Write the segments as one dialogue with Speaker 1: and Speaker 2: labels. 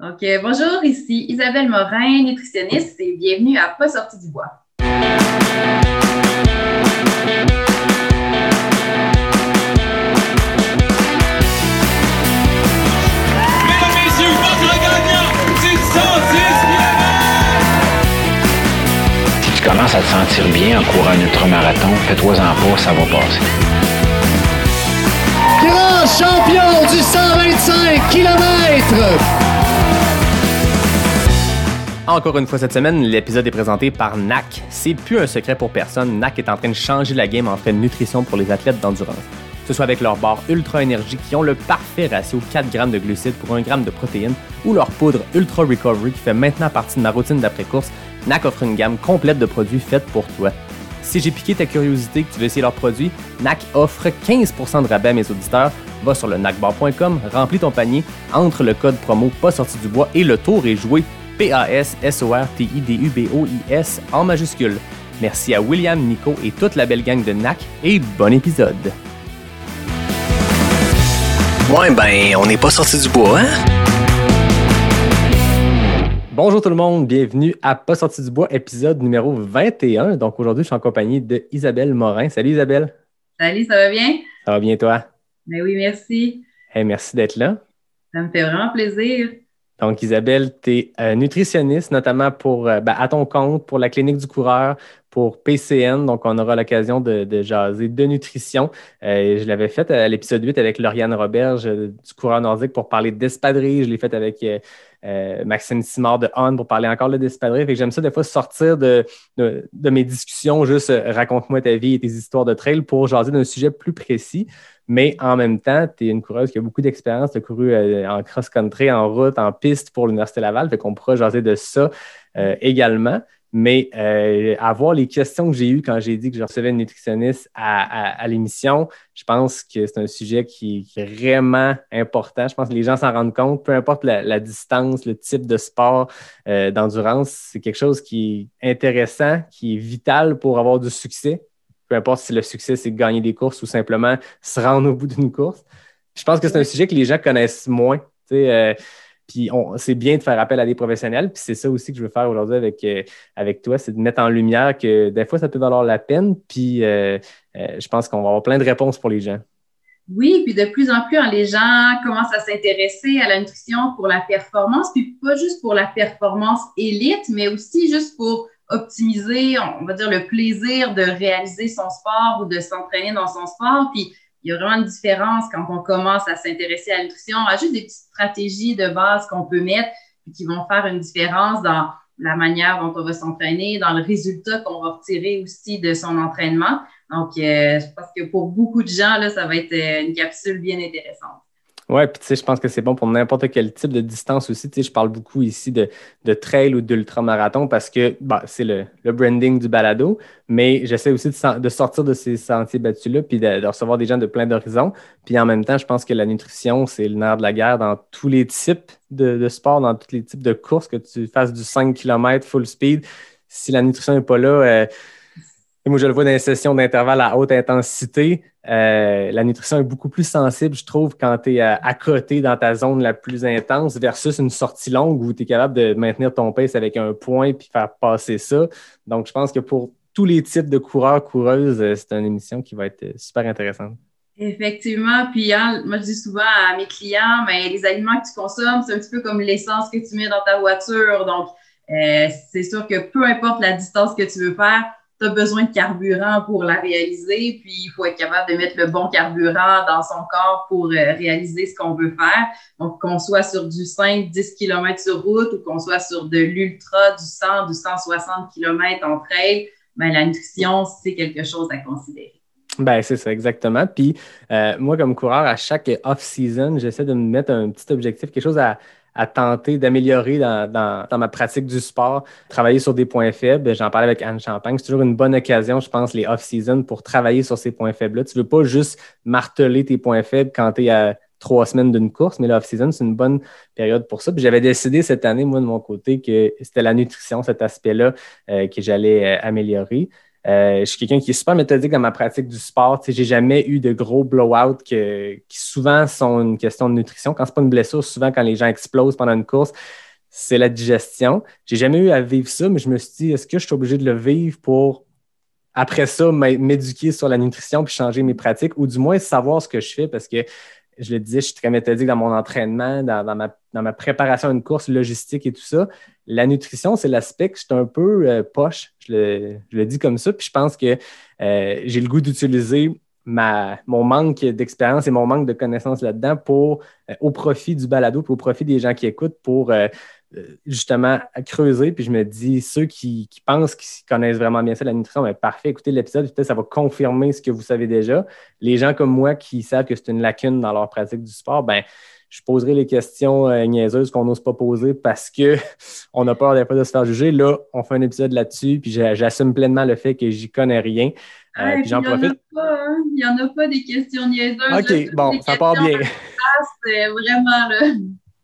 Speaker 1: Bonjour, ici Isabelle Morin, nutritionniste, et bienvenue à Pas sorti du bois.
Speaker 2: Si tu commences à te sentir bien en courant un ultramarathon, fais-toi-en pas, ça va passer.
Speaker 3: Grand champion du 125 km!
Speaker 4: Encore une fois cette semaine, l'épisode est présenté par NAC. C'est plus un secret pour personne, NAC est en train de changer la game en fait de nutrition pour les athlètes d'endurance. Que ce soit avec leur barre Ultra Énergie qui ont le parfait ratio 4 grammes de glucides pour 1 gramme de protéines ou leur poudre Ultra Recovery qui fait maintenant partie de ma routine d'après-course, NAC offre une gamme complète de produits faits pour toi. Si j'ai piqué ta curiosité que tu veux essayer leurs produits, NAC offre 15% de rabais à mes auditeurs. Va sur le nacbar.com, remplis ton panier, entre le code promo pas sorti du bois et le tour est joué. PASSORTIDUBOIS en majuscule. Merci à William, Nico et toute la belle gang de NAC et bon épisode.
Speaker 5: Ouais, on n'est pas sorti du bois, hein?
Speaker 4: Bonjour tout le monde, bienvenue à Pas sorti du bois, épisode numéro 21. Donc aujourd'hui, je suis en compagnie de Isabelle Morin. Salut Isabelle.
Speaker 1: Salut, ça va bien?
Speaker 4: Ça va bien toi?
Speaker 1: Ben oui, merci.
Speaker 4: Hey, merci d'être là.
Speaker 1: Ça me fait vraiment plaisir.
Speaker 4: Donc, Isabelle, tu es nutritionniste, notamment pour à ton compte, pour la Clinique du coureur, pour PCN. Donc, on aura l'occasion de jaser de nutrition. Je l'avais fait à l'épisode 8 avec Lauriane Roberge du coureur nordique pour parler d'espadrilles. Je l'ai fait avec Maxime Simard de On pour parler encore d'espadrilles. Fait que j'aime ça des fois sortir de mes discussions, juste raconte-moi ta vie et tes histoires de trail pour jaser d'un sujet plus précis. Mais en même temps, tu es une coureuse qui a beaucoup d'expérience. Tu as couru en cross-country, en route, en piste pour l'Université Laval. Fait qu'on pourra jaser de ça également. Mais avoir les questions que j'ai eues quand j'ai dit que je recevais une nutritionniste à l'émission, je pense que c'est un sujet qui est vraiment important. Je pense que les gens s'en rendent compte, peu importe la distance, le type de sport d'endurance, c'est quelque chose qui est intéressant, qui est vital pour avoir du succès. Peu importe si le succès, c'est de gagner des courses ou simplement se rendre au bout d'une course. Je pense que c'est un sujet que les gens connaissent moins. Puis c'est bien de faire appel à des professionnels. Puis c'est ça aussi que je veux faire aujourd'hui avec toi, c'est de mettre en lumière que des fois, ça peut valoir la peine. Puis je pense qu'on va avoir plein de réponses pour les gens.
Speaker 1: Oui, puis de plus en plus, les gens commencent à s'intéresser à la nutrition pour la performance, puis pas juste pour la performance élite, mais aussi juste pour optimiser, on va dire, le plaisir de réaliser son sport ou de s'entraîner dans son sport. Puis, il y a vraiment une différence quand on commence à s'intéresser à la nutrition, à juste des petites stratégies de base qu'on peut mettre et qui vont faire une différence dans la manière dont on va s'entraîner, dans le résultat qu'on va retirer aussi de son entraînement. Donc, je pense que pour beaucoup de gens, là, ça va être une capsule bien intéressante.
Speaker 4: Oui, puis tu sais, je pense que c'est bon pour n'importe quel type de distance aussi. Tu sais, je parle beaucoup ici de trail ou d'ultramarathon parce que c'est le branding du balado, mais j'essaie aussi de sortir de ces sentiers battus-là puis de recevoir des gens de plein d'horizons. Puis en même temps, je pense que la nutrition, c'est le nerf de la guerre dans tous les types de sports, dans tous les types de courses, que tu fasses du 5 km full speed. Si la nutrition n'est pas là, moi, je le vois dans les sessions d'intervalle à haute intensité. La nutrition est beaucoup plus sensible, je trouve, quand tu es à côté dans ta zone la plus intense versus une sortie longue où tu es capable de maintenir ton pace avec un point puis faire passer ça. Donc, je pense que pour tous les types de coureurs, coureuses, c'est une émission qui va être super intéressante.
Speaker 1: Effectivement. Puis, moi, je dis souvent à mes clients, mais les aliments que tu consommes, c'est un petit peu comme l'essence que tu mets dans ta voiture. Donc, c'est sûr que peu importe la distance que tu veux faire, tu as besoin de carburant pour la réaliser, puis il faut être capable de mettre le bon carburant dans son corps pour réaliser ce qu'on veut faire. Donc, qu'on soit sur du 5-10 km sur route ou qu'on soit sur de l'ultra, du 100, du 160 km en trail, la nutrition, c'est quelque chose à considérer.
Speaker 4: C'est ça, exactement. Puis, moi, comme coureur, à chaque off-season, j'essaie de me mettre un petit objectif, quelque chose à tenter d'améliorer dans ma pratique du sport, travailler sur des points faibles. J'en parlais avec Anne Champagne. C'est toujours une bonne occasion, je pense, les off-season pour travailler sur ces points faibles-là. Tu ne veux pas juste marteler tes points faibles quand tu es à 3 semaines d'une course, mais l'off-season, c'est une bonne période pour ça. Puis j'avais décidé cette année, moi, de mon côté, que c'était la nutrition, cet aspect-là, que j'allais améliorer. Je suis quelqu'un qui est super méthodique dans ma pratique du sport. Tu sais, j'ai jamais eu de gros blowout qui souvent sont une question de nutrition. Quand c'est pas une blessure, souvent quand les gens explosent pendant une course, c'est la digestion. J'ai jamais eu à vivre ça, mais je me suis dit, est-ce que je suis obligé de le vivre pour, après ça, m'éduquer sur la nutrition puis changer mes pratiques ou du moins savoir ce que je fais parce que je le disais, je suis très méthodique dans mon entraînement, dans ma préparation à une course logistique et tout ça. La nutrition, c'est l'aspect que je suis un peu poche. Je le dis comme ça. Puis je pense que j'ai le goût d'utiliser mon manque d'expérience et mon manque de connaissances là-dedans au profit du balado puis au profit des gens qui écoutent pour justement creuser. Puis je me dis, ceux qui pensent qu'ils connaissent vraiment bien ça, la nutrition, bien, parfait, écoutez l'épisode, peut-être ça va confirmer ce que vous savez déjà. Les gens comme moi qui savent que c'est une lacune dans leur pratique du sport, ben je poserai les questions niaiseuses qu'on n'ose pas poser parce qu'on a peur des fois de se faire juger. Là, on fait un épisode là-dessus, puis j'assume pleinement le fait que j'y connais rien. Puis j'en profite.
Speaker 1: Il n'y en a pas des questions niaiseuses.
Speaker 4: OK, bon, ça part bien.
Speaker 1: C'est vraiment là.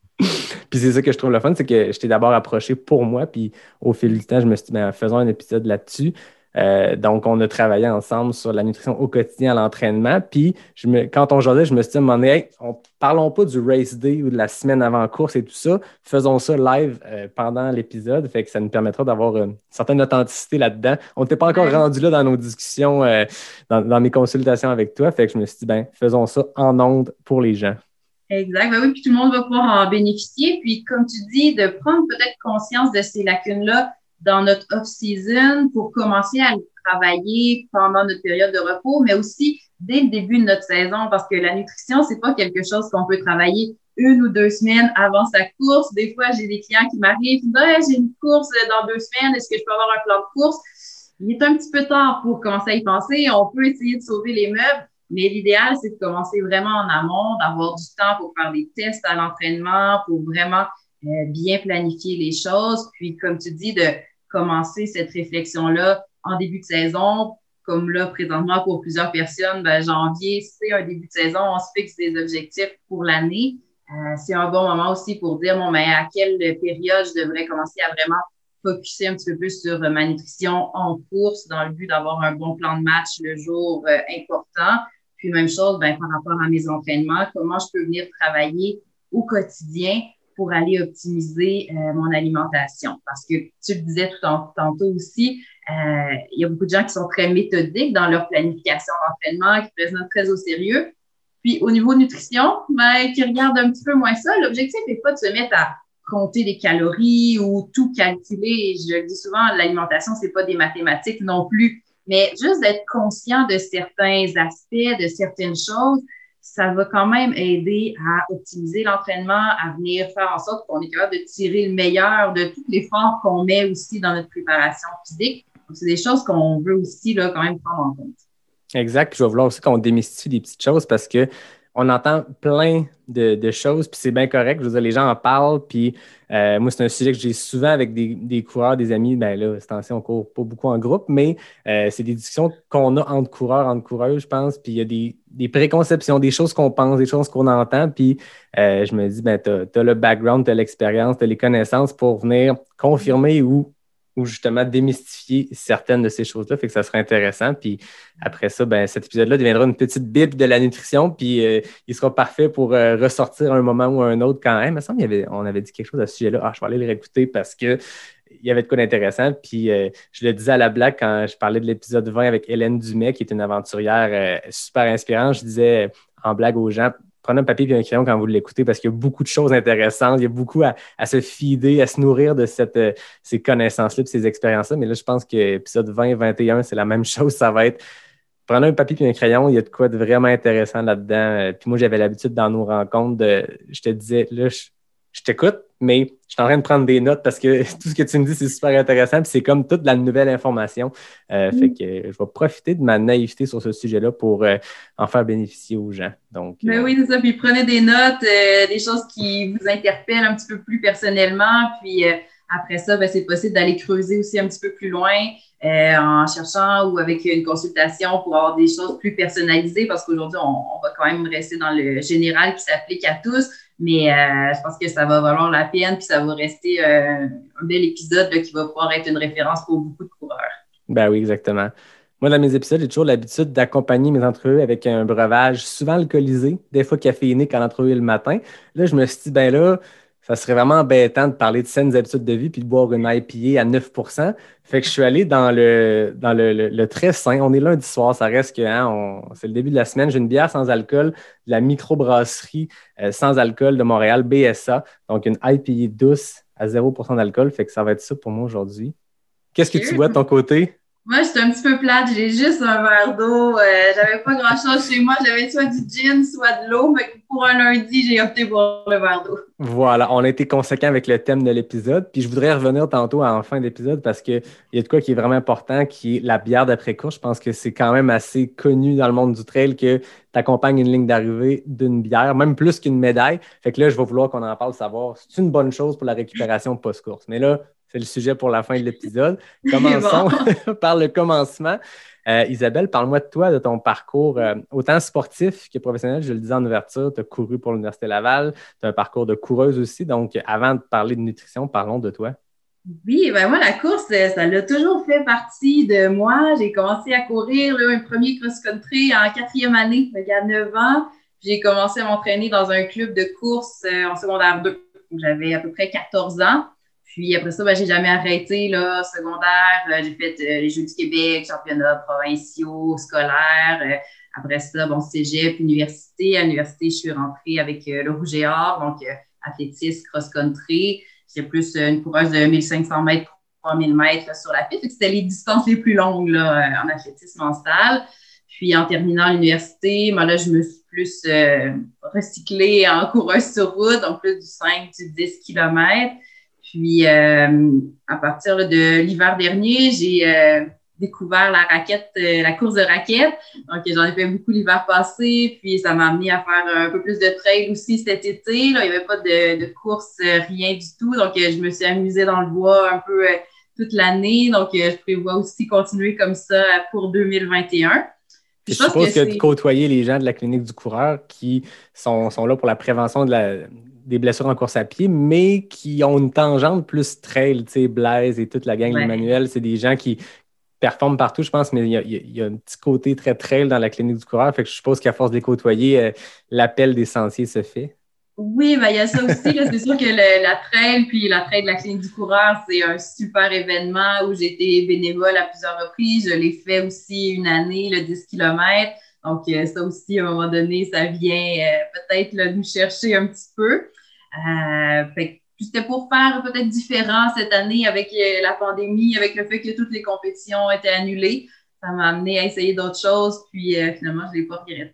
Speaker 4: Puis c'est ça que je trouve le fun, c'est que je t'ai d'abord approché pour moi, puis au fil du temps, je me suis dit, ben, faisons un épisode là-dessus. Donc, on a travaillé ensemble sur la nutrition au quotidien à l'entraînement. Puis, quand on jasait, je me suis dit, à un moment donné, hey, parlons pas du race day ou de la semaine avant course et tout ça. Faisons ça live pendant l'épisode. Fait que ça nous permettra d'avoir une certaine authenticité là-dedans. On n'était pas encore rendu là dans nos discussions, dans mes consultations avec toi. Fait que je me suis dit, ben, faisons ça en ondes pour les gens.
Speaker 1: Exact. Ben oui, puis tout le monde va pouvoir en bénéficier. Puis, comme tu dis, de prendre peut-être conscience de ces lacunes-là dans notre off-season pour commencer à le travailler pendant notre période de repos, mais aussi dès le début de notre saison, parce que la nutrition, c'est pas quelque chose qu'on peut travailler 1 ou 2 semaines avant sa course. Des fois, j'ai des clients qui m'arrivent, qui me disent hey, j'ai une course dans 2 semaines, est-ce que je peux avoir un plan de course? Il est un petit peu tard pour commencer à y penser. On peut essayer de sauver les meubles, mais l'idéal, c'est de commencer vraiment en amont, d'avoir du temps pour faire des tests à l'entraînement, pour vraiment bien planifier les choses. Puis, comme tu dis, de commencer cette réflexion-là en début de saison, comme là, présentement, pour plusieurs personnes, ben, janvier, c'est un début de saison, on se fixe des objectifs pour l'année. C'est un bon moment aussi pour dire, bon, ben, à quelle période je devrais commencer à vraiment focuser un petit peu plus sur ma nutrition en course dans le but d'avoir un bon plan de match le jour important. Puis, même chose, ben, par rapport à mes entraînements, comment je peux venir travailler au quotidien pour aller optimiser mon alimentation. Parce que tu le disais tantôt aussi, il y a beaucoup de gens qui sont très méthodiques dans leur planification d'entraînement, qui prennent très au sérieux. Puis, au niveau nutrition, ben, qui regardent un petit peu moins ça. L'objectif n'est pas de se mettre à compter les calories ou tout calculer. Je le dis souvent, l'alimentation, c'est pas des mathématiques non plus. Mais juste d'être conscient de certains aspects, de certaines choses, ça va quand même aider à optimiser l'entraînement, à venir faire en sorte qu'on est capable de tirer le meilleur de tout l'effort qu'on met aussi dans notre préparation physique. Donc, c'est des choses qu'on veut aussi là, quand même prendre en compte.
Speaker 4: Exact. Puis je vais vouloir aussi qu'on démystifie des petites choses parce qu'on entend plein de choses, puis c'est bien correct. Je veux dire, les gens en parlent, puis moi, c'est un sujet que j'ai souvent avec des coureurs, des amis. Bien là, c'est ainsi, on court pas beaucoup en groupe, mais c'est des discussions qu'on a entre coureurs, entre coureuses, je pense, puis il y a des préconceptions, des choses qu'on pense, des choses qu'on entend, puis je me dis, ben t'as le background, t'as l'expérience, t'as les connaissances pour venir confirmer ou justement démystifier certaines de ces choses-là, fait que ça serait intéressant. Puis après ça, ben, cet épisode-là deviendra une petite bible de la nutrition, puis il sera parfait pour ressortir un moment ou un autre quand même. Il me semble qu'on avait dit quelque chose à ce sujet-là. Ah, je vais aller le réécouter parce que il y avait de quoi d'intéressant. Puis je le disais à la blague quand je parlais de l'épisode 20 avec Hélène Dumais, qui est une aventurière super inspirante. Je disais en blague aux gens, prenez un papier et un crayon quand vous l'écoutez parce qu'il y a beaucoup de choses intéressantes. Il y a beaucoup à se feeder, à se nourrir de ces connaissances-là et ces expériences-là. Mais là, je pense que l'épisode 20-21, c'est la même chose. Ça va être prenez un papier et un crayon. Il y a de quoi de vraiment intéressant là-dedans. Puis moi, j'avais l'habitude dans nos rencontres je te disais, là, je t'écoute, mais je suis en train de prendre des notes parce que tout ce que tu me dis, c'est super intéressant. Puis c'est comme toute la nouvelle information. Fait que je vais profiter de ma naïveté sur ce sujet-là pour en faire bénéficier aux gens. Donc,
Speaker 1: mais oui, c'est ça. Puis prenez des notes, des choses qui vous interpellent un petit peu plus personnellement. Puis après ça, ben, c'est possible d'aller creuser aussi un petit peu plus loin en cherchant ou avec une consultation pour avoir des choses plus personnalisées parce qu'aujourd'hui, on va quand même rester dans le général qui s'applique à tous. Mais je pense que ça va valoir la peine puis ça va rester un bel épisode là, qui va pouvoir être une référence pour beaucoup de coureurs.
Speaker 4: Ben oui, exactement. Moi, dans mes épisodes, j'ai toujours l'habitude d'accompagner mes entrevues avec un breuvage souvent alcoolisé, des fois caféiné quand l'entrevue est le matin. Là, je me suis dit, ben là, ça serait vraiment embêtant de parler de saines habitudes de vie puis de boire une IPA à 9%. Fait que je suis allé dans le très sain. On est lundi soir, ça reste que c'est le début de la semaine. J'ai une bière sans alcool de la microbrasserie sans alcool de Montréal, BSA. Donc, une IPA douce à 0% d'alcool. Fait que ça va être ça pour moi aujourd'hui. Qu'est-ce que tu bois de ton côté?
Speaker 1: Moi, j'étais un petit peu plate. J'ai juste un verre d'eau. J'avais pas grand-chose chez moi. J'avais soit du gin, soit de l'eau. Mais pour un lundi, j'ai opté pour le verre d'eau.
Speaker 4: Voilà, on a été conséquent avec le thème de l'épisode. Puis je voudrais revenir tantôt en fin d'épisode parce qu'il y a de quoi qui est vraiment important, qui est la bière d'après-course. Je pense que c'est quand même assez connu dans le monde du trail que tu accompagnes une ligne d'arrivée d'une bière, même plus qu'une médaille. Fait que là, je vais vouloir qu'on en parle, savoir si c'est une bonne chose pour la récupération post-course. Mais là, c'est le sujet pour la fin de l'épisode. Commençons par le commencement. Isabelle, parle-moi de toi, de ton parcours autant sportif que professionnel. Je le disais en ouverture, tu as couru pour l'Université Laval, tu as un parcours de coureuse aussi. Donc, avant de parler de nutrition, parlons de toi.
Speaker 1: Oui, ben moi, la course, ça l'a toujours fait partie de moi. J'ai commencé à courir un premier cross-country en 4e année, donc à 9 ans. J'ai commencé à m'entraîner dans un club de course en secondaire 2. Donc, j'avais à peu près 14 ans. Puis après ça, j'ai jamais arrêté, là, secondaire. J'ai fait les Jeux du Québec, championnats provinciaux, scolaires. Après ça, cégep, université. À l'université, je suis rentrée avec le Rouge et Or, donc athlétisme, cross-country. J'étais plus une coureuse de 1500 mètres, 3000 mètres là, sur la piste. C'était les distances les plus longues là, en athlétisme en salle. Puis en terminant l'université, là, je me suis plus recyclée en coureuse sur route, donc plus du 5, du 10 km. Puis, à partir là, de l'hiver dernier, j'ai découvert la raquette, la course de raquette. Donc, j'en ai fait beaucoup l'hiver passé. Puis, ça m'a amené à faire un peu plus de trail aussi cet été. Là, il n'y avait pas de course, rien du tout. Donc, je me suis amusée dans le bois un peu toute l'année. Donc, je prévois aussi continuer comme ça pour 2021.
Speaker 4: Je suppose que de côtoyer les gens de la clinique du coureur qui sont là pour la prévention des blessures en course à pied, mais qui ont une tangente plus trail, tu sais, Blaise et toute la gang d'Emmanuel. C'est des gens qui performent partout, je pense, mais il y a un petit côté très trail dans la clinique du coureur. Fait que je suppose qu'à force de les côtoyer, l'appel des sentiers se fait.
Speaker 1: Oui, il y a ça aussi. Là, c'est sûr que la trail, puis la trail de la clinique du coureur, c'est un super événement où j'ai été bénévole à plusieurs reprises. Je l'ai fait aussi une année, le 10 km. Donc, ça aussi, à un moment donné, ça vient peut-être là, nous chercher un petit peu. Fait que c'était pour faire peut-être différent cette année avec la pandémie, avec le fait que toutes les compétitions étaient annulées. Ça m'a amené à essayer d'autres choses, puis finalement, je ne l'ai pas regretté.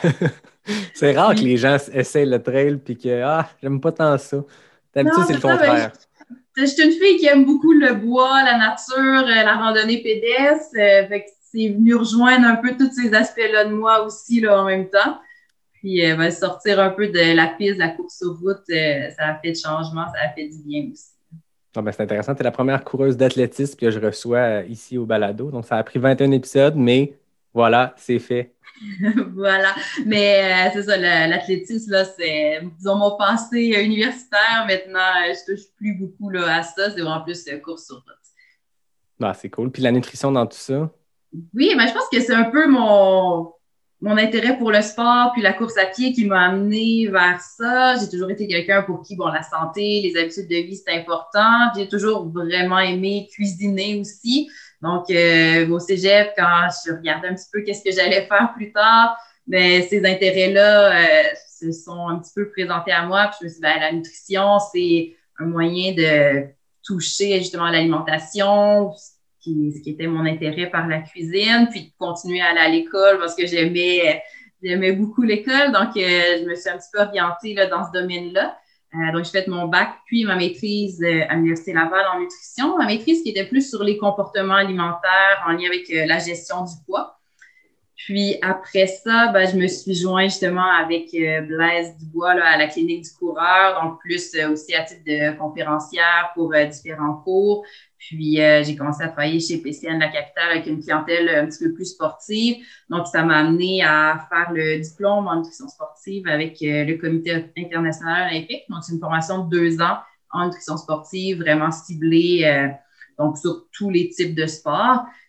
Speaker 4: C'est rare que les gens essayent le trail puis que j'aime pas tant ça. D'habitude, c'est le contraire.
Speaker 1: Je suis une fille qui aime beaucoup le bois, la nature, la randonnée pédestre. Fait que c'est venu rejoindre un peu tous ces aspects-là de moi aussi là, en même temps. Puis sortir un peu de la piste, la course sur route, ça a fait de changement, ça a fait du bien aussi.
Speaker 4: C'est intéressant. Tu es la première coureuse d'athlétisme que je reçois ici au balado. Donc, ça a pris 21 épisodes, mais voilà, c'est fait.
Speaker 1: Voilà. Mais c'est ça, l'athlétisme, là, c'est, disons, mon passé universitaire. Maintenant, je touche plus beaucoup là, à ça. C'est vraiment plus course sur route.
Speaker 4: C'est cool. Puis la nutrition dans tout ça?
Speaker 1: Oui, mais je pense que c'est un peu mon intérêt pour le sport puis la course à pied qui m'a amené vers ça. J'ai toujours été quelqu'un pour qui, la santé, les habitudes de vie, c'est important. J'ai toujours vraiment aimé cuisiner aussi. Donc, au cégep, quand je regardais un petit peu qu'est-ce que j'allais faire plus tard, mais ces intérêts-là se sont un petit peu présentés à moi. Puis je me suis dit, la nutrition, c'est un moyen de toucher justement à l'alimentation, ce qui était mon intérêt par la cuisine, puis de continuer à aller à l'école parce que j'aimais beaucoup l'école. Donc, je me suis un petit peu orientée là, dans ce domaine-là. Donc, j'ai fait mon bac, puis ma maîtrise à l'Université Laval en nutrition. Ma maîtrise qui était plus sur les comportements alimentaires en lien avec la gestion du poids. Puis après ça, je me suis joint justement avec Blaise Dubois là, à la clinique du coureur, donc plus aussi à titre de conférencière pour différents cours. Puis j'ai commencé à travailler chez PCN La Capitale avec une clientèle un petit peu plus sportive. Donc, ça m'a amené à faire le diplôme en nutrition sportive avec le Comité international olympique. Donc, c'est une formation de 2 ans en nutrition sportive, vraiment ciblée donc sur tous les types de sports.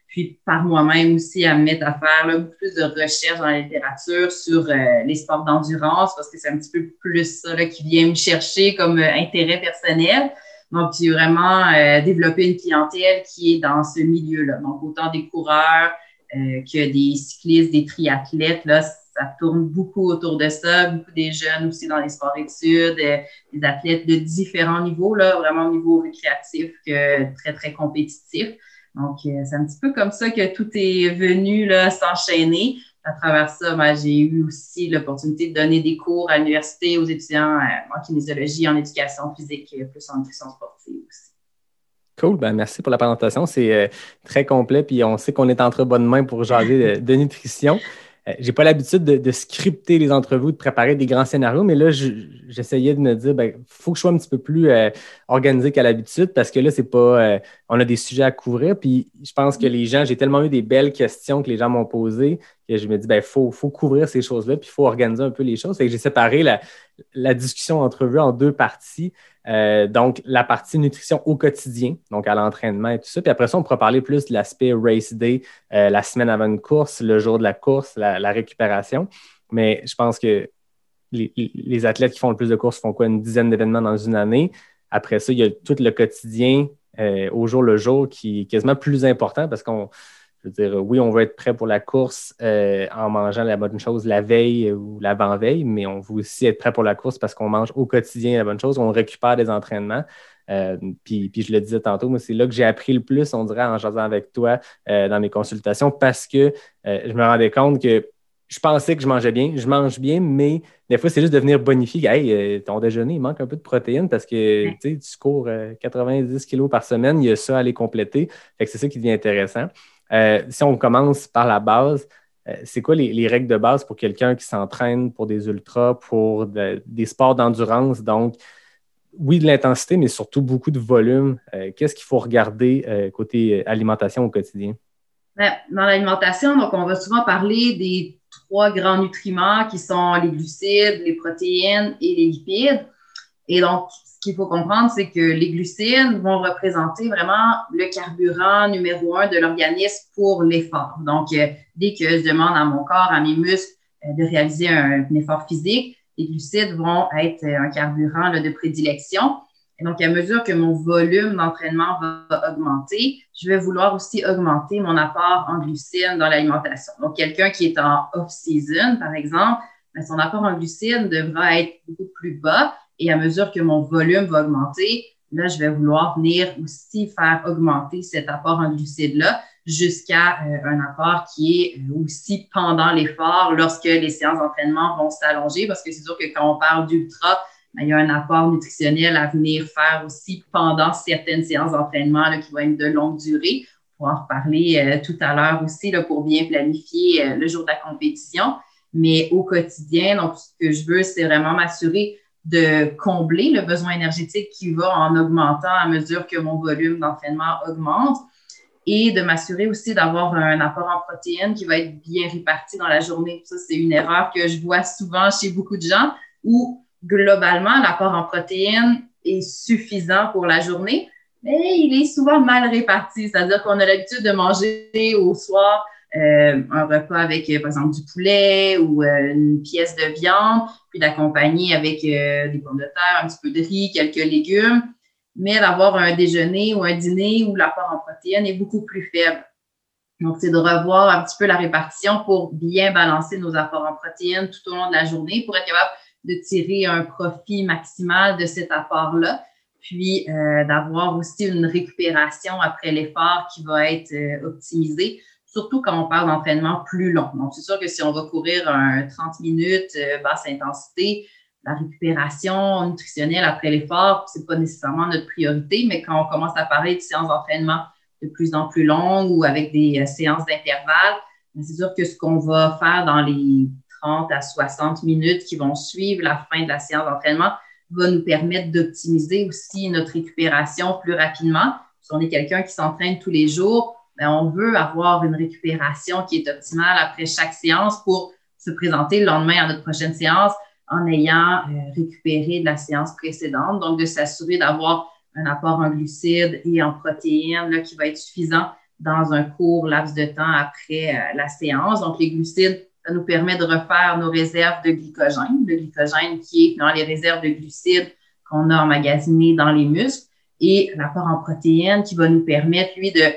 Speaker 1: puis par moi-même aussi à me mettre à faire là, beaucoup plus de recherches dans la littérature sur les sports d'endurance parce que c'est un petit peu plus ça là, qui vient me chercher comme intérêt personnel. Donc, j'ai vraiment développé une clientèle qui est dans ce milieu-là. Donc, autant des coureurs que des cyclistes, des triathlètes, là, ça tourne beaucoup autour de ça. Beaucoup des jeunes aussi dans les sports-études, des athlètes de différents niveaux, là, vraiment au niveau récréatif que très, très compétitif. Donc, c'est un petit peu comme ça que tout est venu là, s'enchaîner. À travers ça, j'ai eu aussi l'opportunité de donner des cours à l'université aux étudiants en kinésiologie, en éducation physique, plus en nutrition sportive aussi.
Speaker 4: Cool, merci pour la présentation. C'est très complet, puis on sait qu'on est entre bonnes mains pour jaser de nutrition. J'ai pas l'habitude de scripter les entrevues, de préparer des grands scénarios, mais là, j'essayais de me dire, faut que je sois un petit peu plus organisé qu'à l'habitude parce que là, c'est pas, on a des sujets à couvrir. Puis je pense que les gens, j'ai tellement eu des belles questions que les gens m'ont posées que je me dis, faut couvrir ces choses-là, puis il faut organiser un peu les choses. Fait que j'ai séparé la discussion entrevue en 2 parties. Donc, la partie nutrition au quotidien, donc à l'entraînement et tout ça. Puis après ça, on pourra parler plus de l'aspect race day, la semaine avant une course, le jour de la course, la récupération. Mais je pense que les athlètes qui font le plus de courses font quoi? Une dizaine d'événements dans une année. Après ça, il y a tout le quotidien au jour le jour qui est quasiment plus important parce je veux dire, oui, on veut être prêt pour la course en mangeant la bonne chose la veille ou l'avant-veille, mais on veut aussi être prêt pour la course parce qu'on mange au quotidien la bonne chose, on récupère des entraînements. Puis je le disais tantôt, moi, c'est là que j'ai appris le plus, on dirait, en jasant avec toi dans mes consultations parce que je me rendais compte que je pensais que je mangeais bien, je mange bien, mais des fois, c'est juste de venir bonifier. Hey, ton déjeuner, il manque un peu de protéines parce que tu cours 90 kilos par semaine, il y a ça à aller compléter. Fait que c'est ça qui devient intéressant. Si on commence par la base, c'est quoi les règles de base pour quelqu'un qui s'entraîne pour des ultras, pour des sports d'endurance? Donc, oui, de l'intensité, mais surtout beaucoup de volume. Qu'est-ce qu'il faut regarder côté alimentation au quotidien?
Speaker 1: Dans l'alimentation, donc, on va souvent parler des 3 grands nutriments qui sont les glucides, les protéines et les lipides. Et donc, ce qu'il faut comprendre, c'est que les glucides vont représenter vraiment le carburant numéro 1 de l'organisme pour l'effort. Donc, dès que je demande à mon corps, à mes muscles de réaliser un effort physique, les glucides vont être un carburant là, de prédilection. Et donc, à mesure que mon volume d'entraînement va augmenter, je vais vouloir aussi augmenter mon apport en glucides dans l'alimentation. Donc, quelqu'un qui est en off-season, par exemple, son apport en glucides devra être beaucoup plus bas. Et à mesure que mon volume va augmenter, là, je vais vouloir venir aussi faire augmenter cet apport en glucides-là jusqu'à un apport qui est aussi pendant l'effort lorsque les séances d'entraînement vont s'allonger. Parce que c'est sûr que quand on parle d'ultra, il y a un apport nutritionnel à venir faire aussi pendant certaines séances d'entraînement là, qui vont être de longue durée. On va en reparler tout à l'heure aussi là, pour bien planifier le jour de la compétition. Mais au quotidien, donc ce que je veux, c'est vraiment m'assurer de combler le besoin énergétique qui va en augmentant à mesure que mon volume d'entraînement augmente et de m'assurer aussi d'avoir un apport en protéines qui va être bien réparti dans la journée. Ça, c'est une erreur que je vois souvent chez beaucoup de gens où globalement, l'apport en protéines est suffisant pour la journée, mais il est souvent mal réparti. C'est-à-dire qu'on a l'habitude de manger au soir un repas avec, par exemple, du poulet ou une pièce de viande, puis d'accompagner avec des pommes de terre, un petit peu de riz, quelques légumes, mais d'avoir un déjeuner ou un dîner où l'apport en protéines est beaucoup plus faible. Donc, c'est de revoir un petit peu la répartition pour bien balancer nos apports en protéines tout au long de la journée pour être capable de tirer un profit maximal de cet apport-là, puis d'avoir aussi une récupération après l'effort qui va être optimisée, surtout quand on parle d'entraînement plus long. Donc, c'est sûr que si on va courir 30 minutes basse intensité, la récupération nutritionnelle après l'effort, c'est pas nécessairement notre priorité, mais quand on commence à parler de séances d'entraînement de plus en plus longues ou avec des séances d'intervalle, c'est sûr que ce qu'on va faire dans les 30 à 60 minutes qui vont suivre la fin de la séance d'entraînement va nous permettre d'optimiser aussi notre récupération plus rapidement. Si on est quelqu'un qui s'entraîne tous les jours, on veut avoir une récupération qui est optimale après chaque séance pour se présenter le lendemain à notre prochaine séance en ayant récupéré de la séance précédente. Donc, de s'assurer d'avoir un apport en glucides et en protéines là, qui va être suffisant dans un court laps de temps après la séance. Donc, les glucides, ça nous permet de refaire nos réserves de glycogène. Le glycogène qui est dans les réserves de glucides qu'on a emmagasinées dans les muscles. Et l'apport en protéines qui va nous permettre, lui, de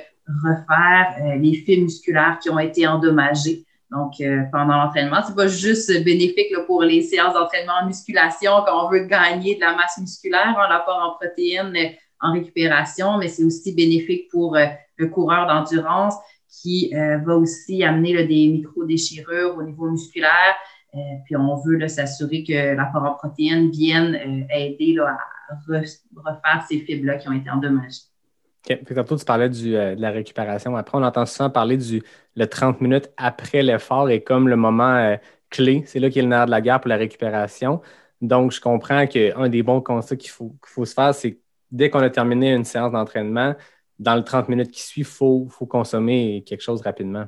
Speaker 1: refaire les fibres musculaires qui ont été endommagées. Donc, pendant l'entraînement, c'est pas juste bénéfique là, pour les séances d'entraînement en musculation quand on veut gagner de la masse musculaire, l'apport en protéines en récupération, mais c'est aussi bénéfique pour le coureur d'endurance qui va aussi amener là, des micro-déchirures au niveau musculaire. Puis, on veut là, s'assurer que l'apport en protéines vienne aider là, à refaire ces fibres-là qui ont été endommagées.
Speaker 4: OK. Puis tantôt, tu parlais de la récupération. Après, on entend souvent parler le 30 minutes après l'effort est comme le moment clé. C'est là qu'il y a le nerf de la guerre pour la récupération. Donc, je comprends qu'un des bons conseils qu'il faut se faire, c'est que dès qu'on a terminé une séance d'entraînement, dans le 30 minutes qui suit, il faut consommer quelque chose rapidement.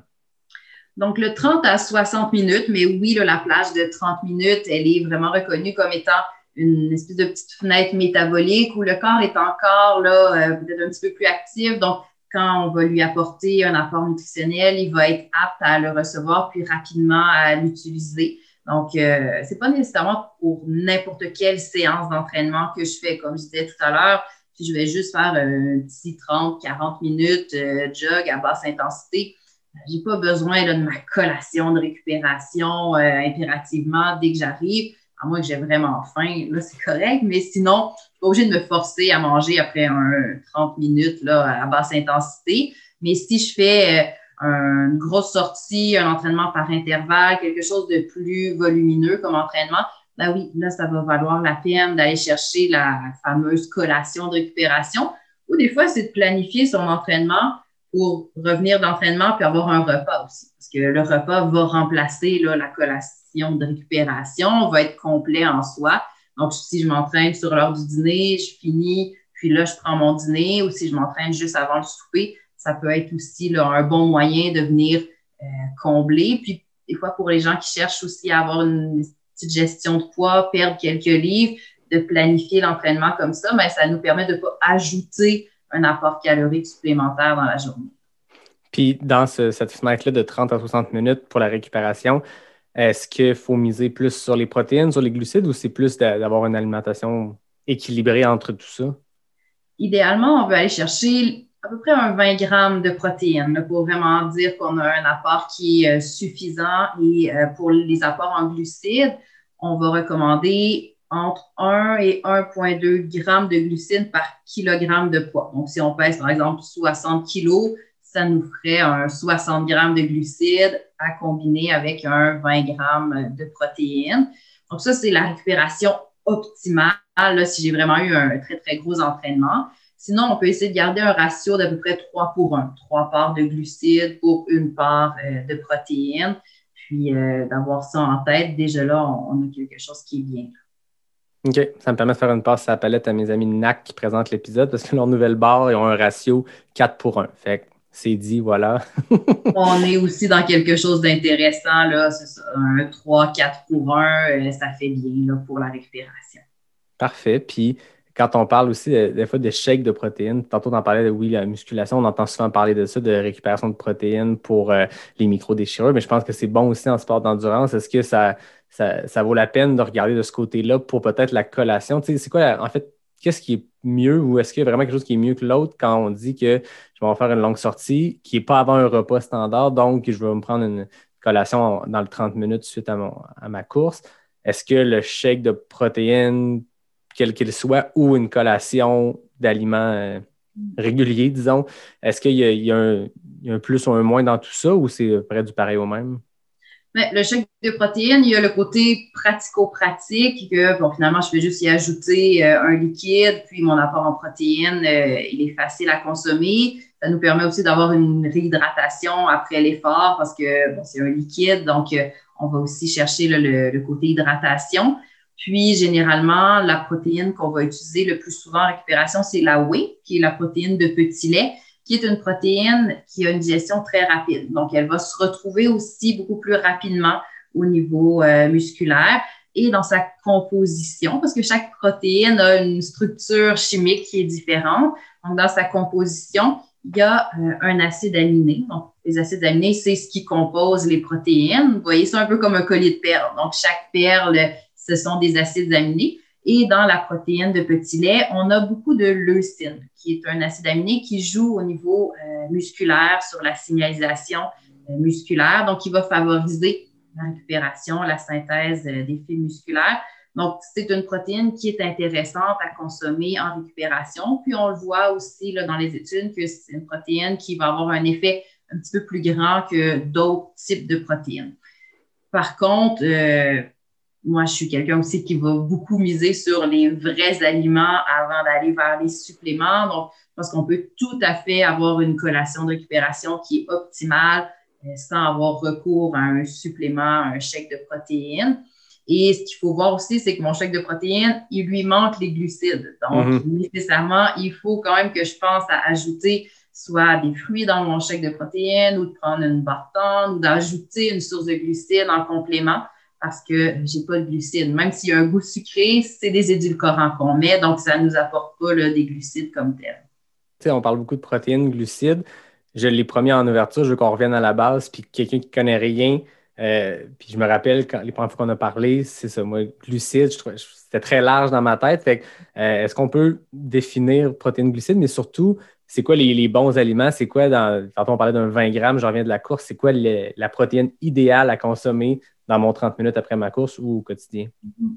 Speaker 1: Donc, le 30 à 60 minutes, mais oui, là, la plage de 30 minutes, elle est vraiment reconnue comme étant une espèce de petite fenêtre métabolique où le corps est encore là, peut-être un petit peu plus actif. Donc, quand on va lui apporter un apport nutritionnel, il va être apte à le recevoir puis rapidement à l'utiliser. Donc, c'est pas nécessairement pour n'importe quelle séance d'entraînement que je fais, comme je disais tout à l'heure. Puis, je vais juste faire un petit 30-40 minutes jog à basse intensité. J'ai pas besoin là, de ma collation de récupération impérativement dès que j'arrive. À moins que j'ai vraiment faim, là, c'est correct. Mais sinon, je suis pas obligée de me forcer à manger après 30 minutes là, à basse intensité. Mais si je fais une grosse sortie, un entraînement par intervalle, quelque chose de plus volumineux comme entraînement, ben oui, là, ça va valoir la peine d'aller chercher la fameuse collation de récupération. Ou des fois, c'est de planifier son entraînement pour revenir d'entraînement puis avoir un repas aussi. Parce que le repas va remplacer là, la collation de récupération, va être complet en soi. Donc, si je m'entraîne sur l'heure du dîner, je finis, puis là, je prends mon dîner, ou si je m'entraîne juste avant le souper, ça peut être aussi là, un bon moyen de venir combler. Puis, des fois, pour les gens qui cherchent aussi à avoir une petite gestion de poids, perdre quelques livres, de planifier l'entraînement comme ça, mais ça nous permet de ne pas ajouter un apport calorique supplémentaire dans la journée.
Speaker 4: Puis, dans cette fenêtre-là de 30 à 60 minutes pour la récupération, est-ce qu'il faut miser plus sur les protéines, sur les glucides, ou c'est plus d'avoir une alimentation équilibrée entre tout ça?
Speaker 1: Idéalement, on veut aller chercher à peu près 20 grammes de protéines là, pour vraiment dire qu'on a un apport qui est suffisant. Et pour les apports en glucides, on va recommander entre 1 et 1,2 grammes de glucides par kilogramme de poids. Donc, si on pèse, par exemple, 60 kilos, ça nous ferait un 60 grammes de glucides à combiner avec un 20 grammes de protéines. Donc, ça, c'est la récupération optimale là, si j'ai vraiment eu un très, très gros entraînement. Sinon, on peut essayer de garder un ratio d'à peu près 3 pour 1. 3 parts de glucides pour une part de protéines. Puis, d'avoir ça en tête, déjà là, on a quelque chose qui est bien.
Speaker 4: OK. Ça me permet de faire une passe à la palette à mes amis de NAC qui présentent l'épisode parce que leur nouvelle barre, ils ont un ratio 4 pour 1. Fait que c'est dit, voilà.
Speaker 1: On est aussi dans quelque chose d'intéressant, là. C'est ça, un 3-4 pour 1, ça fait bien là, pour la récupération.
Speaker 4: Parfait. Puis, quand on parle aussi des fois de shakes de protéines, tantôt on en parlait de oui, la musculation, on entend souvent parler de ça, de récupération de protéines pour les micro-déchirures, mais je pense que c'est bon aussi en sport d'endurance. Est-ce que ça vaut la peine de regarder de ce côté-là pour peut-être la collation? Tu sais, c'est quoi, en fait, qu'est-ce qui est mieux ou est-ce qu'il y a vraiment quelque chose qui est mieux que l'autre quand on dit que je vais faire une longue sortie qui n'est pas avant un repas standard, donc je vais me prendre une collation dans le 30 minutes suite à ma course? Est-ce que le shake de protéines, quel qu'il soit, ou une collation d'aliments réguliers, disons, est-ce qu'il y a un plus ou un moins dans tout ça ou c'est près du pareil au même?
Speaker 1: Mais le shake de protéines, il y a le côté pratico-pratique que bon, finalement, je fais juste y ajouter un liquide, puis mon apport en protéines, il est facile à consommer. Ça nous permet aussi d'avoir une réhydratation après l'effort parce que bon, c'est un liquide, donc on va aussi chercher là, le côté hydratation. Puis, généralement, la protéine qu'on va utiliser le plus souvent en récupération, c'est la whey, qui est la protéine de petit lait, qui est une protéine qui a une digestion très rapide. Donc, elle va se retrouver aussi beaucoup plus rapidement au niveau musculaire et dans sa composition, parce que chaque protéine a une structure chimique qui est différente. Donc, dans sa composition, il y a un acide aminé. Donc, les acides aminés, c'est ce qui compose les protéines. Vous voyez, c'est un peu comme un collier de perles. Donc, chaque perle, ce sont des acides aminés. Et dans la protéine de petit lait, on a beaucoup de leucine, qui est un acide aminé qui joue au niveau musculaire sur la signalisation musculaire. Donc, il va favoriser la récupération, la synthèse des fibres musculaires. Donc, c'est une protéine qui est intéressante à consommer en récupération. Puis, on le voit aussi là, dans les études que c'est une protéine qui va avoir un effet un petit peu plus grand que d'autres types de protéines. Par contre, moi, je suis quelqu'un aussi qui va beaucoup miser sur les vrais aliments avant d'aller vers les suppléments. Donc, je pense qu'on peut tout à fait avoir une collation de récupération qui est optimale sans avoir recours à un supplément, un shake de protéines. Et ce qu'il faut voir aussi, c'est que mon shake de protéines, il lui manque les glucides. Donc, nécessairement, il faut quand même que je pense à ajouter soit des fruits dans mon shake de protéines ou de prendre une barre tendre ou d'ajouter une source de glucides en complément parce que j'ai pas de glucides. Même s'il y a un goût sucré, c'est des édulcorants qu'on met, donc ça ne nous apporte pas là, des glucides comme tels.
Speaker 4: Tu sais, on parle beaucoup de protéines, glucides. Je l'ai promis en ouverture, je veux qu'on revienne à la base, puis quelqu'un qui ne connaît rien, puis je me rappelle, les premières fois qu'on a parlé, c'est ça, moi, glucides, c'était très large dans ma tête. Fait que, est-ce qu'on peut définir protéines, glucides, mais surtout, c'est quoi les bons aliments? C'est quoi, quand on parlait d'un 20 grammes, je reviens de la course, c'est quoi la protéine idéale à consommer dans mon 30 minutes après ma course ou au quotidien?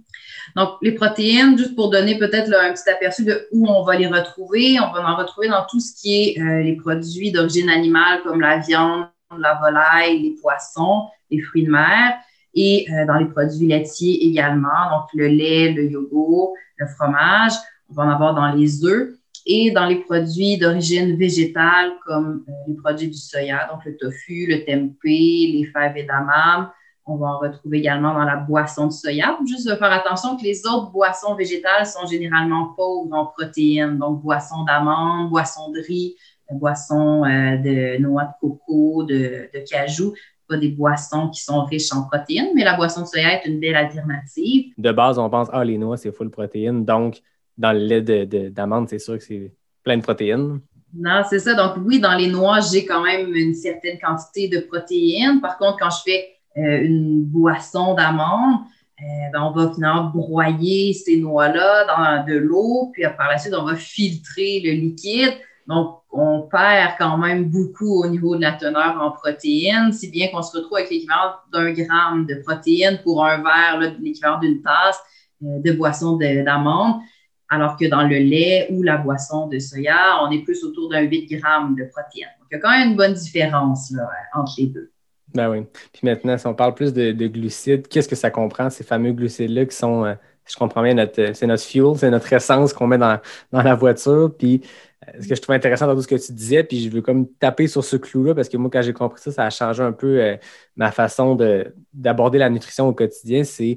Speaker 1: Donc, les protéines, juste pour donner peut-être là, un petit aperçu de où on va les retrouver, on va en retrouver dans tout ce qui est les produits d'origine animale comme la viande, la volaille, les poissons, les fruits de mer et dans les produits laitiers également, donc le lait, le yogourt, le fromage, on va en avoir dans les œufs et dans les produits d'origine végétale comme les produits du soya, donc le tofu, le tempeh, les fèves edamame. On va en retrouver également dans la boisson de soya. Juste faire attention que les autres boissons végétales sont généralement pauvres en protéines. Donc, boisson d'amande, boisson de riz, boisson de noix de coco, de cajou. Pas des boissons qui sont riches en protéines, mais la boisson de soya est une belle alternative.
Speaker 4: De base, on pense, les noix, c'est full protéines. Donc, dans le lait d'amande, c'est sûr que c'est plein de protéines.
Speaker 1: Non, c'est ça. Donc, oui, dans les noix, j'ai quand même une certaine quantité de protéines. Par contre, quand je fais une boisson d'amande, on va finalement broyer ces noix-là dans de l'eau, puis par la suite, on va filtrer le liquide. Donc, on perd quand même beaucoup au niveau de la teneur en protéines, si bien qu'on se retrouve avec l'équivalent d'1 gramme de protéines pour un verre, là, l'équivalent d'une tasse de boisson d'amande, alors que dans le lait ou la boisson de soya, on est plus autour d'un 8 grammes de protéines. Donc, il y a quand même une bonne différence là, entre les deux.
Speaker 4: Ben oui. Puis maintenant, si on parle plus de glucides, qu'est-ce que ça comprend, ces fameux glucides-là qui sont, si je comprends bien, c'est notre fuel, c'est notre essence qu'on met dans la voiture. Puis ce que je trouve intéressant dans tout ce que tu disais, puis je veux comme taper sur ce clou-là parce que moi, quand j'ai compris ça, ça a changé un peu ma façon d'aborder la nutrition au quotidien. C'est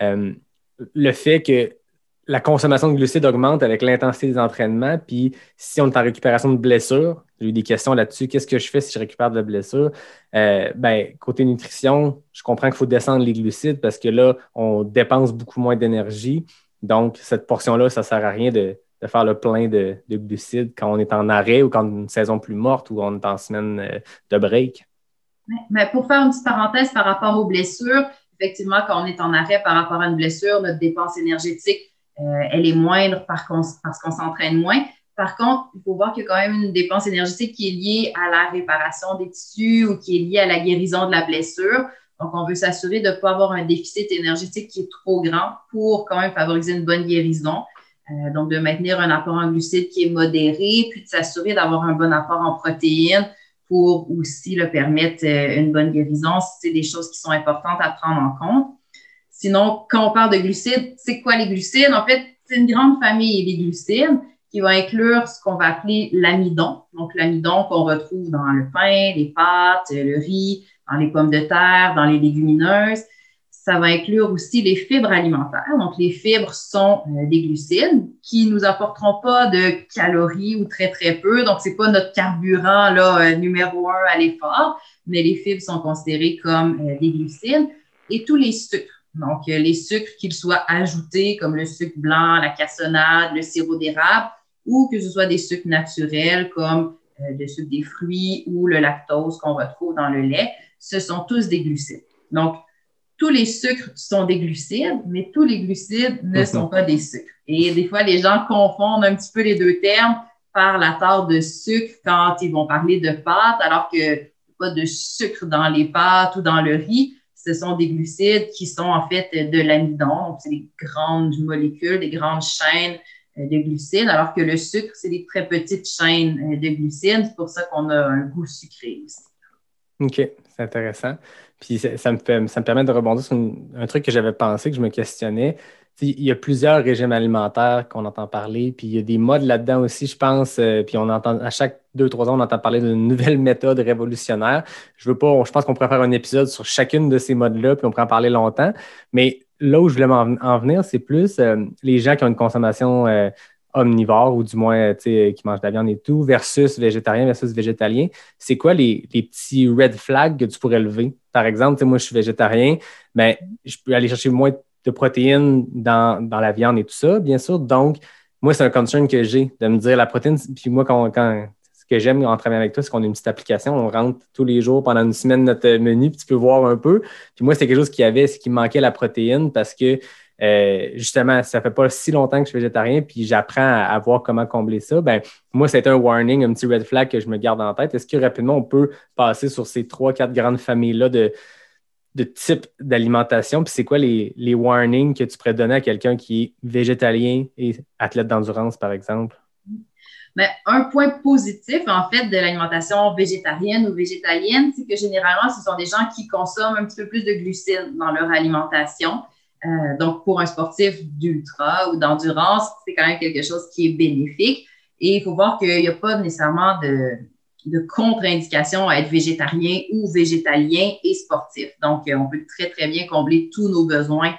Speaker 4: le fait que la consommation de glucides augmente avec l'intensité des entraînements. Puis si on est en récupération de blessures, j'ai eu des questions là-dessus. Qu'est-ce que je fais si je récupère de la blessure? Côté nutrition, je comprends qu'il faut descendre les glucides parce que là, on dépense beaucoup moins d'énergie. Donc, cette portion-là, ça ne sert à rien de faire le plein de glucides quand on est en arrêt ou quand on a une saison plus morte ou on est en semaine de break.
Speaker 1: Mais pour faire une petite parenthèse par rapport aux blessures, effectivement, quand on est en arrêt par rapport à une blessure, notre dépense énergétique elle est moindre parce qu'on s'entraîne moins. Par contre, il faut voir qu'il y a quand même une dépense énergétique qui est liée à la réparation des tissus ou qui est liée à la guérison de la blessure. Donc, on veut s'assurer de ne pas avoir un déficit énergétique qui est trop grand pour quand même favoriser une bonne guérison. Donc, de maintenir un apport en glucides qui est modéré, puis de s'assurer d'avoir un bon apport en protéines pour aussi permettre une bonne guérison. C'est des choses qui sont importantes à prendre en compte. Sinon, quand on parle de glucides, c'est quoi les glucides? En fait, c'est une grande famille des glucides qui va inclure ce qu'on va appeler l'amidon. Donc, l'amidon qu'on retrouve dans le pain, les pâtes, le riz, dans les pommes de terre, dans les légumineuses. Ça va inclure aussi les fibres alimentaires. Donc, les fibres sont des glucides qui ne nous apporteront pas de calories ou très, très peu. Donc, ce n'est pas notre carburant là, numéro 1 à l'effort, mais les fibres sont considérées comme des glucides. Et tous les sucres. Donc, les sucres, qu'ils soient ajoutés, comme le sucre blanc, la cassonade, le sirop d'érable, ou que ce soit des sucres naturels, comme le sucre des fruits ou le lactose qu'on retrouve dans le lait, ce sont tous des glucides. Donc, tous les sucres sont des glucides, mais tous les glucides ne sont pas des sucres. Et des fois, les gens confondent un petit peu les deux termes par la part de sucre quand ils vont parler de pâtes, alors que pas de sucre dans les pâtes ou dans le riz. Ce sont des glucides qui sont en fait de l'amidon. Donc, c'est des grandes molécules, des grandes chaînes de glucides, alors que le sucre, c'est des très petites chaînes de glucides. C'est pour ça qu'on a un goût sucré aussi.
Speaker 4: OK, c'est intéressant. Puis ça me permet de rebondir sur un truc que j'avais pensé, que je me questionnais. Il y a plusieurs régimes alimentaires qu'on entend parler, puis il y a des modes là-dedans aussi, je pense. Puis on entend à chaque 2-3 ans, on entend parler d'une nouvelle méthode révolutionnaire. Je pense qu'on pourrait faire un épisode sur chacune de ces modes-là, puis on pourrait en parler longtemps. Mais là où je voulais en venir, c'est plus les gens qui ont une consommation omnivore, ou du moins qui mangent de la viande et tout, versus végétarien, versus végétalien. C'est quoi les petits red flags que tu pourrais lever? Par exemple, moi, je suis végétarien, mais je peux aller chercher moins de protéines dans la viande et tout ça, bien sûr. Donc, moi, c'est un concern que j'ai de me dire la protéine. Puis moi, ce que j'aime en travaillant avec toi, c'est qu'on a une petite application. On rentre tous les jours pendant une semaine notre menu, puis tu peux voir un peu. Puis moi, c'est quelque chose c'est qu'il me manquait la protéine parce que justement, ça fait pas si longtemps que je suis végétarien, puis j'apprends à voir comment combler ça. Ben, moi, c'est un warning, un petit red flag que je me garde en tête. Est-ce que rapidement, on peut passer sur ces 3-4 grandes familles-là de types d'alimentation? Puis c'est quoi les warnings que tu pourrais donner à quelqu'un qui est végétalien et athlète d'endurance, par exemple?
Speaker 1: Mais un point positif, en fait, de l'alimentation végétarienne ou végétalienne, c'est que généralement, ce sont des gens qui consomment un petit peu plus de glucides dans leur alimentation. Donc, pour un sportif d'ultra ou d'endurance, c'est quand même quelque chose qui est bénéfique. Et il faut voir qu'il n'y a pas nécessairement de contre-indication à être végétarien ou végétalien et sportif. Donc, on peut très, très bien combler tous nos besoins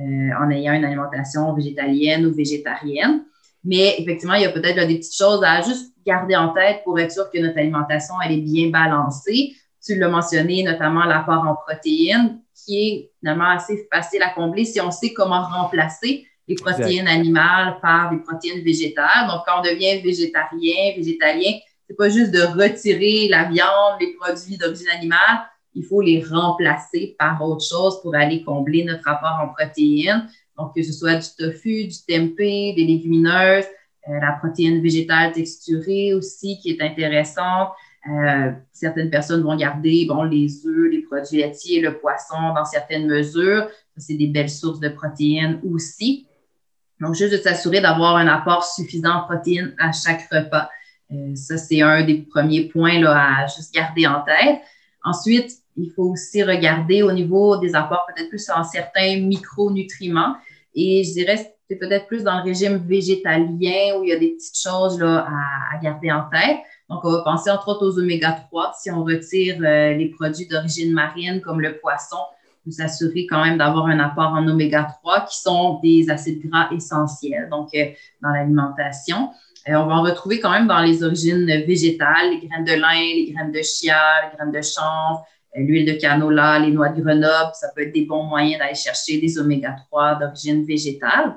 Speaker 1: en ayant une alimentation végétalienne ou végétarienne. Mais effectivement, il y a peut-être des petites choses à juste garder en tête pour être sûr que notre alimentation, elle est bien balancée. Tu l'as mentionné, notamment l'apport en protéines, qui est finalement assez facile à combler si on sait comment remplacer les protéines animales par des protéines végétales. Donc, quand on devient végétarien, végétalien, c'est pas juste de retirer la viande, les produits d'origine animale, il faut les remplacer par autre chose pour aller combler notre apport en protéines. Donc, que ce soit du tofu, du tempeh, des légumineuses, la protéine végétale texturée aussi qui est intéressante. Certaines personnes vont garder les œufs, les produits laitiers, le poisson dans certaines mesures. Ça, c'est des belles sources de protéines aussi. Donc, juste de s'assurer d'avoir un apport suffisant en protéines à chaque repas. Ça, c'est un des premiers points là, à juste garder en tête. Ensuite, il faut aussi regarder au niveau des apports peut-être plus en certains micronutriments. Et je dirais que c'est peut-être plus dans le régime végétalien où il y a des petites choses là, à garder en tête. Donc, on va penser entre autres aux oméga-3. Si on retire les produits d'origine marine comme le poisson, il faut s'assurer quand même d'avoir un apport en oméga-3 qui sont des acides gras essentiels donc dans l'alimentation. On va en retrouver quand même dans les origines végétales, les graines de lin, les graines de chia, les graines de chanvre, l'huile de canola, les noix de Grenoble. Ça peut être des bons moyens d'aller chercher des oméga-3 d'origine végétale.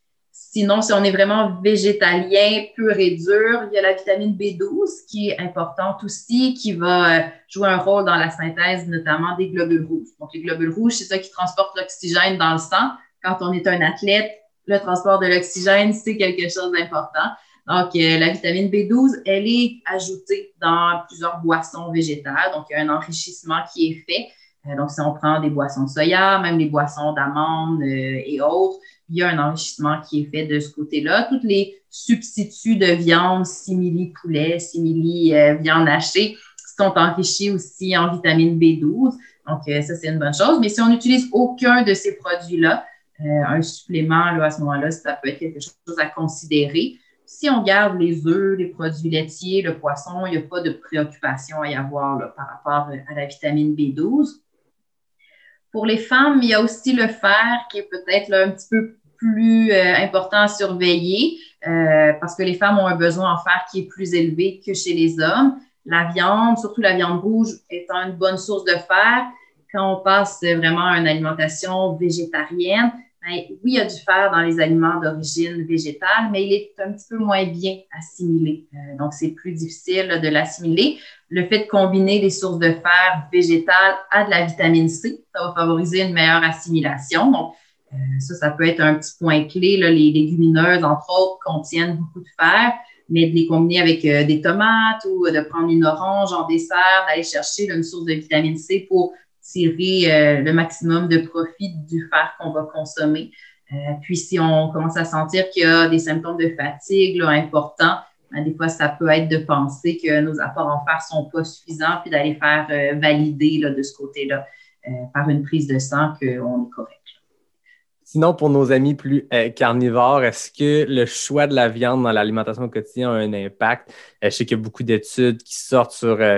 Speaker 1: Sinon, si on est vraiment végétalien pur et dur, il y a la vitamine B12 qui est importante aussi, qui va jouer un rôle dans la synthèse notamment des globules rouges. Donc, les globules rouges, c'est ça qui transporte l'oxygène dans le sang. Quand on est un athlète, le transport de l'oxygène, c'est quelque chose d'important. Donc, la vitamine B12, elle est ajoutée dans plusieurs boissons végétales. Donc, il y a un enrichissement qui est fait. Donc, si on prend des boissons de soya, même les boissons d'amandes et autres, il y a un enrichissement qui est fait de ce côté-là. Tous les substituts de viande, simili-poulet, simili-viande hachée, sont enrichis aussi en vitamine B12. Donc, ça, c'est une bonne chose. Mais si on n'utilise aucun de ces produits-là, un supplément, là, à ce moment-là, ça peut être quelque chose à considérer. Si on garde les œufs, les produits laitiers, le poisson, il n'y a pas de préoccupation à y avoir là, par rapport à la vitamine B12. Pour les femmes, il y a aussi le fer qui est peut-être là, un petit peu plus important à surveiller parce que les femmes ont un besoin en fer qui est plus élevé que chez les hommes. La viande, surtout la viande rouge, étant une bonne source de fer, quand on passe vraiment à une alimentation végétarienne, Ben, oui, il y a du fer dans les aliments d'origine végétale, mais il est un petit peu moins bien assimilé. Donc, c'est plus difficile là, de l'assimiler. Le fait de combiner des sources de fer végétales à de la vitamine C, ça va favoriser une meilleure assimilation. Donc, ça peut être un petit point clé. Là. Les légumineuses, entre autres, contiennent beaucoup de fer, mais de les combiner avec des tomates ou de prendre une orange en dessert, d'aller chercher là, une source de vitamine C pour tirer le maximum de profit du fer qu'on va consommer. Puis, si on commence à sentir qu'il y a des symptômes de fatigue là, importants, ben, des fois, ça peut être de penser que nos apports en fer ne sont pas suffisants, puis d'aller faire valider là, de ce côté-là par une prise de sang qu'on est correct.
Speaker 4: Sinon, pour nos amis plus carnivores, est-ce que le choix de la viande dans l'alimentation au quotidien a un impact? Je sais qu'il y a beaucoup d'études qui sortent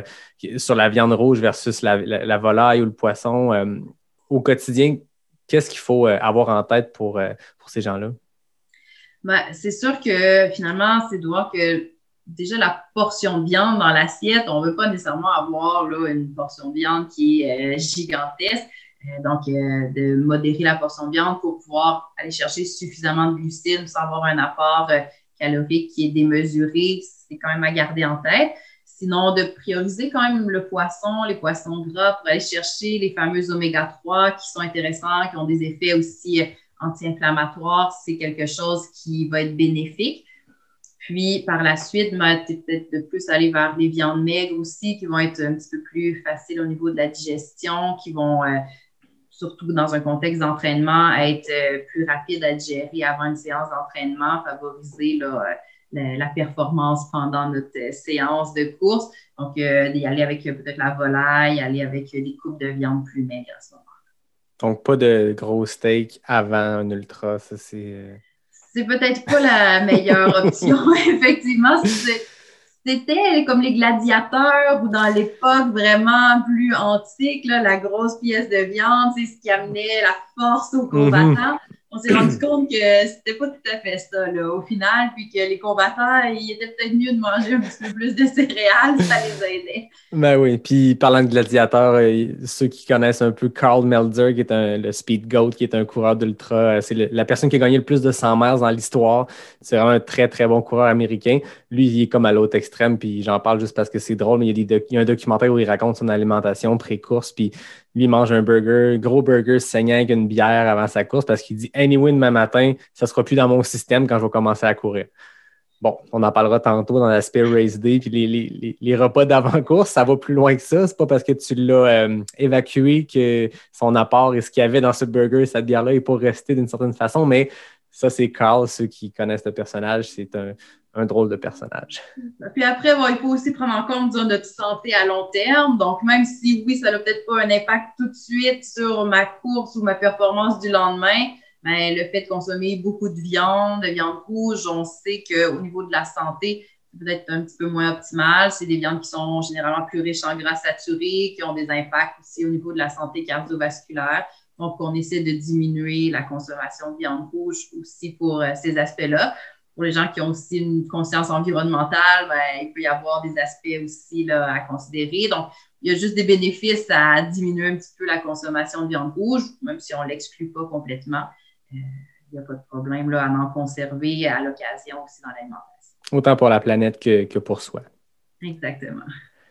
Speaker 4: sur la viande rouge versus la volaille ou le poisson. Au quotidien, qu'est-ce qu'il faut avoir en tête pour ces gens-là?
Speaker 1: Ben, c'est sûr que finalement, c'est de voir que déjà la portion de viande dans l'assiette, on ne veut pas nécessairement avoir là, une portion de viande qui est gigantesque. Donc, de modérer la portion de viande pour pouvoir aller chercher suffisamment de glucides sans avoir un apport calorique qui est démesuré, c'est quand même à garder en tête. Sinon, de prioriser quand même le poisson, les poissons gras pour aller chercher les fameux oméga 3 qui sont intéressants, qui ont des effets aussi anti-inflammatoires, c'est quelque chose qui va être bénéfique. Puis, par la suite, peut-être de plus aller vers les viandes maigres aussi, qui vont être un petit peu plus faciles au niveau de la digestion, qui vont, surtout dans un contexte d'entraînement, être plus rapides à digérer avant une séance d'entraînement, favoriser là, la performance pendant notre séance de course. Donc, d'y aller avec peut-être la volaille, aller avec des coupes de viande plus maigres à ce moment.
Speaker 4: Donc, pas de gros steak avant un ultra, ça c'est...
Speaker 1: C'est peut-être pas la meilleure option, effectivement. C'était comme les gladiateurs ou dans l'époque vraiment plus antique, là, la grosse pièce de viande, c'est ce qui amenait la force aux combattants. On s'est rendu compte que c'était pas tout à fait ça, là, au final, puis que les combattants, il était peut-être mieux de manger un petit peu plus de céréales, ça les aidait.
Speaker 4: Ben oui, puis parlant de gladiateurs, ceux qui connaissent un peu Karl Meltzer, qui est le speed goat, qui est un coureur d'ultra, c'est la personne qui a gagné le plus de 100 miles dans l'histoire. C'est vraiment un très, très bon coureur américain. Lui, il est comme à l'autre extrême, puis j'en parle juste parce que c'est drôle, mais il y a un documentaire où il raconte son alimentation pré-course, puis lui, il mange un gros burger saignant avec une bière avant sa course parce qu'il dit « Anyway, demain matin, ça ne sera plus dans mon système quand je vais commencer à courir. » Bon, on en parlera tantôt dans l'aspect race day, puis les repas d'avant-course, ça va plus loin que ça. C'est pas parce que tu l'as évacué que son apport et ce qu'il y avait dans ce burger, cette bière-là, n'est pas resté d'une certaine façon, mais ça, c'est Karl, ceux qui connaissent le personnage, c'est un drôle de personnage.
Speaker 1: Puis après, il faut aussi prendre en compte notre santé à long terme. Donc, même si, oui, ça n'a peut-être pas un impact tout de suite sur ma course ou ma performance du lendemain, mais le fait de consommer beaucoup de viande rouge, on sait qu'au niveau de la santé, c'est peut-être un petit peu moins optimal. C'est des viandes qui sont généralement plus riches en gras saturés, qui ont des impacts aussi au niveau de la santé cardiovasculaire. Donc, on essaie de diminuer la consommation de viande rouge aussi pour ces aspects-là. Pour les gens qui ont aussi une conscience environnementale, il peut y avoir des aspects aussi là, à considérer. Donc, il y a juste des bénéfices à diminuer un petit peu la consommation de viande rouge, même si on ne l'exclut pas complètement. Il n'y a pas de problème là, à en conserver à l'occasion aussi dans l'alimentation.
Speaker 4: Autant pour la planète que pour soi.
Speaker 1: Exactement.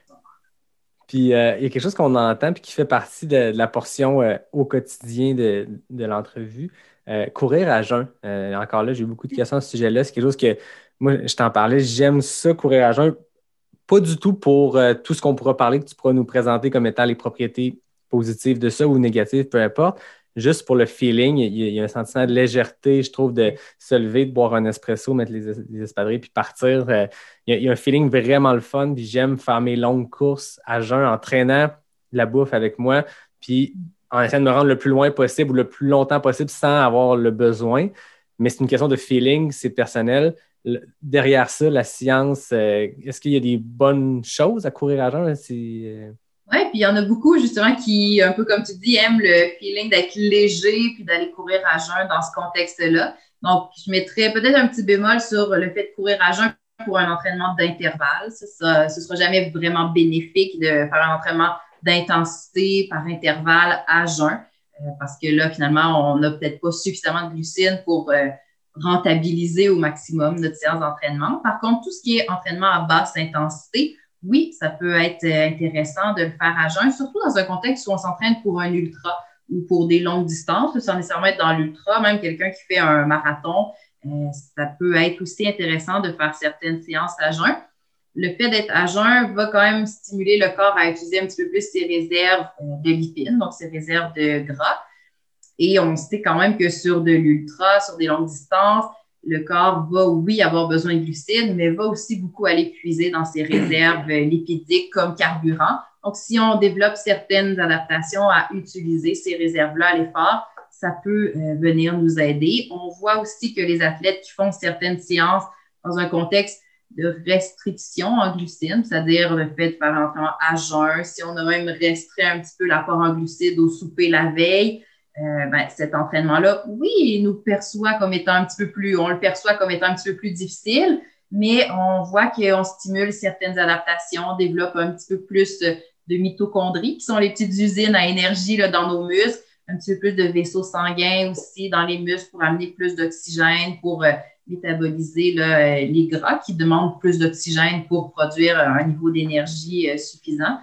Speaker 4: Puis, il y a quelque chose qu'on entend puis qui fait partie de la portion au quotidien de l'entrevue. Courir à jeun. Encore là, j'ai eu beaucoup de questions à ce sujet-là. C'est quelque chose que, moi, je t'en parlais, j'aime ça, courir à jeun. Pas du tout pour tout ce qu'on pourra parler, que tu pourras nous présenter comme étant les propriétés positives de ça ou négatives, peu importe. Juste pour le feeling, il y a un sentiment de légèreté, je trouve, de se lever, de boire un espresso, mettre les espadrilles, puis partir. Il y a un feeling vraiment le fun, puis j'aime faire mes longues courses à jeun en traînant la bouffe avec moi, puis en essayant de me rendre le plus loin possible ou le plus longtemps possible sans avoir le besoin. Mais c'est une question de feeling, c'est personnel. Derrière ça, la science, est-ce qu'il y a des bonnes choses à courir à jeun?
Speaker 1: Oui, puis il y en a beaucoup justement qui, un peu comme tu dis, aiment le feeling d'être léger puis d'aller courir à jeun dans ce contexte-là. Donc, je mettrais peut-être un petit bémol sur le fait de courir à jeun pour un entraînement d'intervalle. Ce ne sera jamais vraiment bénéfique de faire un entraînement d'intensité par intervalle à jeun. parce que là, finalement, on n'a peut-être pas suffisamment de glucides pour rentabiliser au maximum notre séance d'entraînement. Par contre, tout ce qui est entraînement à basse intensité, oui, ça peut être intéressant de le faire à jeun, surtout dans un contexte où on s'entraîne pour un ultra ou pour des longues distances, sans nécessairement être dans l'ultra, même quelqu'un qui fait un marathon, ça peut être aussi intéressant de faire certaines séances à jeun. Le fait d'être à jeun va quand même stimuler le corps à utiliser un petit peu plus ses réserves de lipides, donc ses réserves de gras. Et on sait quand même que sur de l'ultra, sur des longues distances, le corps va, oui, avoir besoin de glucides, mais va aussi beaucoup aller puiser dans ses réserves lipidiques comme carburant. Donc, si on développe certaines adaptations à utiliser ces réserves-là à l'effort, ça peut venir nous aider. On voit aussi que les athlètes qui font certaines séances dans un contexte de restriction en glucides, c'est-à-dire le fait de faire l'entraînement à jeun, si on a même restreint un petit peu l'apport en glucides au souper la veille, cet entraînement-là, oui, il nous perçoit comme étant on le perçoit comme étant un petit peu plus difficile, mais on voit qu'on stimule certaines adaptations, on développe un petit peu plus de mitochondries, qui sont les petites usines à énergie là, dans nos muscles, un petit peu plus de vaisseaux sanguins aussi dans les muscles pour amener plus d'oxygène, pour métaboliser là, les gras qui demandent plus d'oxygène pour produire un niveau d'énergie suffisant.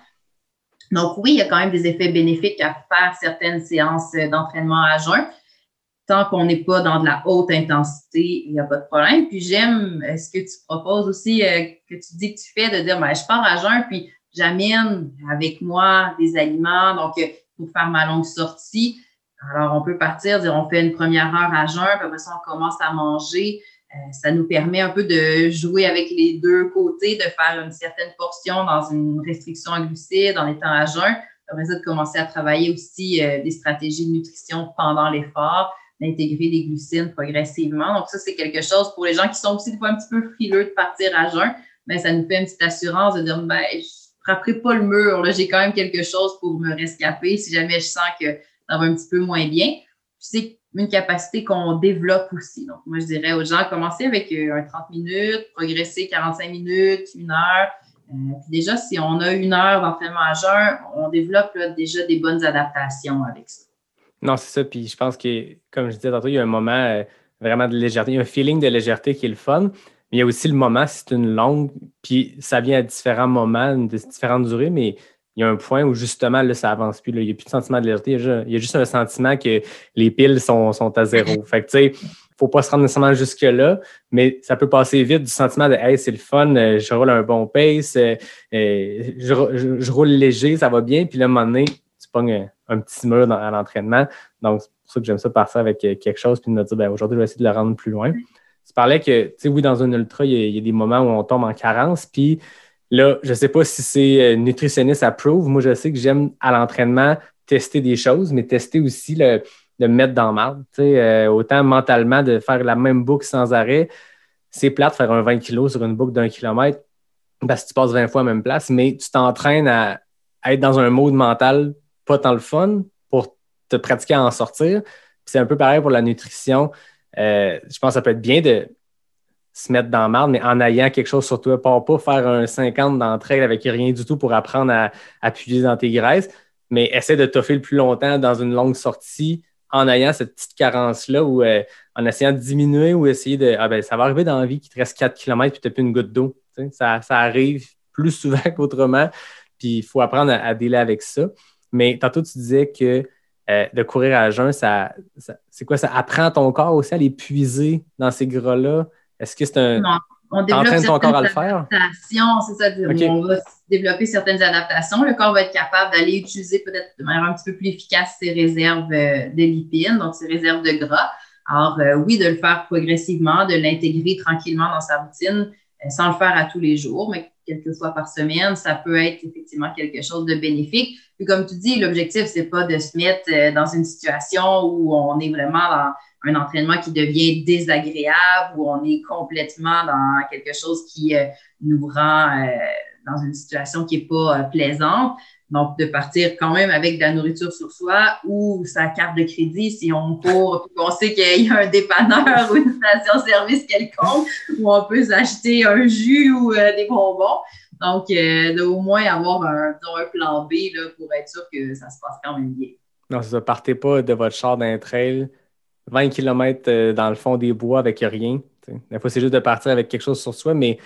Speaker 1: Donc oui, il y a quand même des effets bénéfiques à faire certaines séances d'entraînement à jeun. Tant qu'on n'est pas dans de la haute intensité, il n'y a pas de problème. Puis j'aime ce que tu proposes aussi, que tu dis que tu fais, de dire, je pars à jeun, puis j'amène avec moi des aliments, donc pour faire ma longue sortie. Alors, on peut partir, dire, on fait une première heure à jeun, puis après ça, on commence à manger. Ça nous permet un peu de jouer avec les deux côtés, de faire une certaine portion dans une restriction en glucides en étant à jeun. Après ça, de commencer à travailler aussi des stratégies de nutrition pendant l'effort, d'intégrer des glucides progressivement. Donc ça, c'est quelque chose pour les gens qui sont aussi des fois un petit peu frileux de partir à jeun. Mais ça nous fait une petite assurance de dire, je frapperai pas le mur. Là, j'ai quand même quelque chose pour me rescaper si jamais je sens que ça va un petit peu moins bien. C'est une capacité qu'on développe aussi. Donc, moi, je dirais aux gens, commencez avec un 30 minutes, progresser 45 minutes, 1 heure. Puis déjà, si on a 1 heure d'entraînement à jeun, on développe là, déjà des bonnes adaptations avec ça.
Speaker 4: Non, c'est ça. Puis je pense que, comme je disais tantôt, il y a un moment vraiment de légèreté. Il y a un feeling de légèreté qui est le fun. Mais il y a aussi le moment, c'est une longue, puis ça vient à différents moments, de différentes durées, mais il y a un point où justement, là, ça avance plus. Là, il n'y a plus de sentiment de légèreté. Il y a juste un sentiment que les piles sont à zéro. Fait que, tu sais, il ne faut pas se rendre nécessairement jusque-là, mais ça peut passer vite du sentiment de « Hey, c'est le fun, je roule un bon pace, je roule léger, ça va bien. » Puis là, à un moment donné, tu pognes un petit mur à l'entraînement. Donc, c'est pour ça que j'aime ça partir avec quelque chose puis de me dire « Aujourd'hui, je vais essayer de le rendre plus loin. » Tu parlais que, tu sais, oui, dans un ultra, il y a des moments où on tombe en carence, puis là, je ne sais pas si c'est nutritionniste approve. Moi, je sais que j'aime à l'entraînement tester des choses, mais tester aussi de me mettre dans le marde. Autant mentalement de faire la même boucle sans arrêt. C'est plate de faire un 20 kg sur une boucle d'1 kilomètre parce que tu passes 20 fois à la même place, mais tu t'entraînes à être dans un mode mental pas tant le fun pour te pratiquer à en sortir. Puis c'est un peu pareil pour la nutrition. Je pense que ça peut être bien de se mettre dans la marde, mais en ayant quelque chose sur toi. Pas faire un 50 d'entraide avec rien du tout pour apprendre à puiser dans tes graisses, mais essaie de toffer le plus longtemps dans une longue sortie en ayant cette petite carence-là ou en essayant de diminuer ou essayer de... ça va arriver dans la vie qu'il te reste 4 km puis tu n'as plus une goutte d'eau. Ça arrive plus souvent qu'autrement, puis il faut apprendre à dealer avec ça. Mais tantôt, tu disais que de courir à jeun, c'est quoi? Ça apprend ton corps aussi à les puiser dans ces gras-là? Est-ce que c'est un...
Speaker 1: Non, on développe
Speaker 4: t'entraînes ton corps à le faire?
Speaker 1: C'est ça.
Speaker 4: Okay.
Speaker 1: On va développer certaines adaptations. Le corps va être capable d'aller utiliser peut-être de manière un petit peu plus efficace ses réserves de lipides, donc ses réserves de gras. Alors, oui, de le faire progressivement, de l'intégrer tranquillement dans sa routine, sans le faire à tous les jours, mais quelques fois par semaine, ça peut être effectivement quelque chose de bénéfique. Puis comme tu dis, l'objectif, c'est pas de se mettre dans une situation où on est vraiment dans un entraînement qui devient désagréable, où on est complètement dans quelque chose qui nous rend dans une situation qui n'est pas plaisante. Donc, de partir quand même avec de la nourriture sur soi ou sa carte de crédit si on court, on sait qu'il y a un dépanneur ou une station-service quelconque où on peut s'acheter un jus ou des bonbons. Donc, au moins avoir un plan B là, pour être sûr que ça se passe quand même bien.
Speaker 4: Non, c'est ça. Partez pas de votre char d'un trail 20 km dans le fond des bois avec rien. T'sais. Des fois, c'est juste de partir avec quelque chose sur soi, mais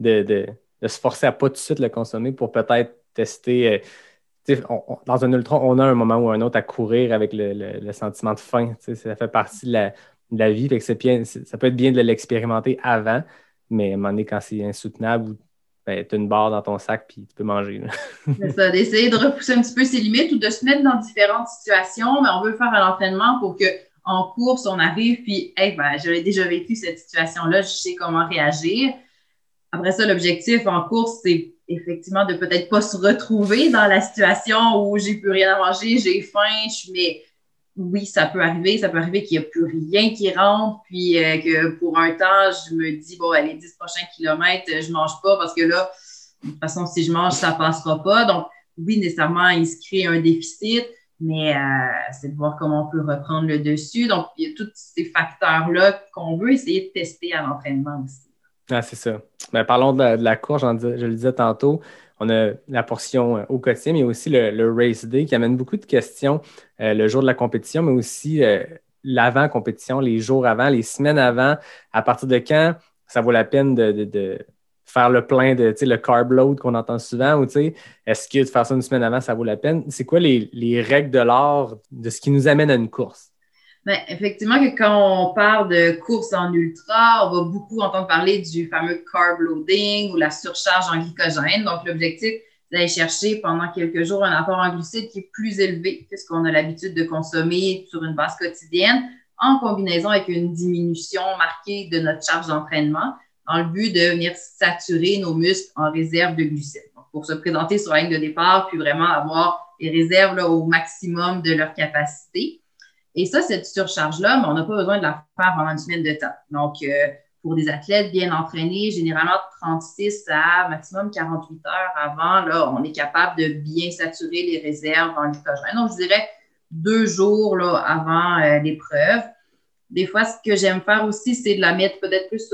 Speaker 4: de se forcer à pas tout de suite le consommer pour peut-être tester. Dans un ultra, on a un moment ou un autre à courir avec le sentiment de faim. Ça fait partie de la vie. Fait que ça peut être bien de l'expérimenter avant, mais à un moment donné, quand c'est insoutenable, ben, tu as une barre dans ton sac puis tu peux manger.
Speaker 1: C'est ça, d'essayer de repousser un petit peu ses limites ou de se mettre dans différentes situations, mais on veut faire un entraînement pour qu'en course, on arrive puis hey, ben, j'avais déjà vécu cette situation-là, je sais comment réagir. Après ça, l'objectif en course, c'est effectivement de peut-être pas se retrouver dans la situation où j'ai plus rien à manger, j'ai faim, mais oui, ça peut arriver qu'il n'y a plus rien qui rentre, puis que pour un temps, je me dis, bon, les 10 prochains kilomètres, je mange pas parce que là, de toute façon, si je mange, ça passera pas. Donc, oui, nécessairement, il se crée un déficit, mais c'est de voir comment on peut reprendre le dessus. Donc, il y a tous ces facteurs-là qu'on veut essayer de tester à l'entraînement aussi.
Speaker 4: Ah, c'est ça. Ben, parlons de la course, je le disais tantôt. On a la portion au quotidien, mais aussi le race day qui amène beaucoup de questions le jour de la compétition, mais aussi l'avant-compétition, les jours avant, les semaines avant. À partir de quand ça vaut la peine de faire le plein le carb load qu'on entend souvent, ou est-ce que de faire ça une semaine avant, ça vaut la peine? C'est quoi les règles de l'art de ce qui nous amène à une course?
Speaker 1: Ben, effectivement, que quand on parle de course en ultra, on va beaucoup entendre parler du fameux carb loading ou la surcharge en glycogène. Donc, l'objectif, c'est d'aller chercher pendant quelques jours un apport en glucides qui est plus élevé que ce qu'on a l'habitude de consommer sur une base quotidienne, en combinaison avec une diminution marquée de notre charge d'entraînement, dans le but de venir saturer nos muscles en réserve de glucides. Donc, pour se présenter sur la ligne de départ, puis vraiment avoir les réserves là, au maximum de leur capacité. Et ça, cette surcharge-là, mais on n'a pas besoin de la faire pendant une semaine de temps. Donc, pour des athlètes bien entraînés, généralement 36 à maximum 48 heures avant, là, on est capable de bien saturer les réserves en glycogène. Donc, je dirais 2 jours là, avant l'épreuve. Des fois, ce que j'aime faire aussi, c'est de la mettre peut-être plus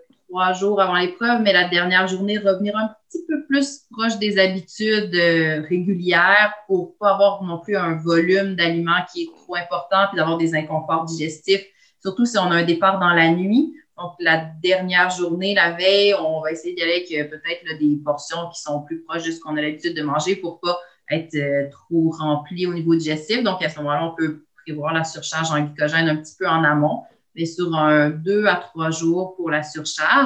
Speaker 1: 3 jours avant l'épreuve, mais la dernière journée, revenir un petit peu plus proche des habitudes régulières pour pas avoir non plus un volume d'aliments qui est trop important puis d'avoir des inconforts digestifs, surtout si on a un départ dans la nuit. Donc, la dernière journée, la veille, on va essayer d'y aller avec peut-être là, des portions qui sont plus proches de ce qu'on a l'habitude de manger pour pas être trop rempli au niveau digestif. Donc, à ce moment-là, on peut prévoir la surcharge en glycogène un petit peu en amont, mais sur 2 à 3 jours pour la surcharge.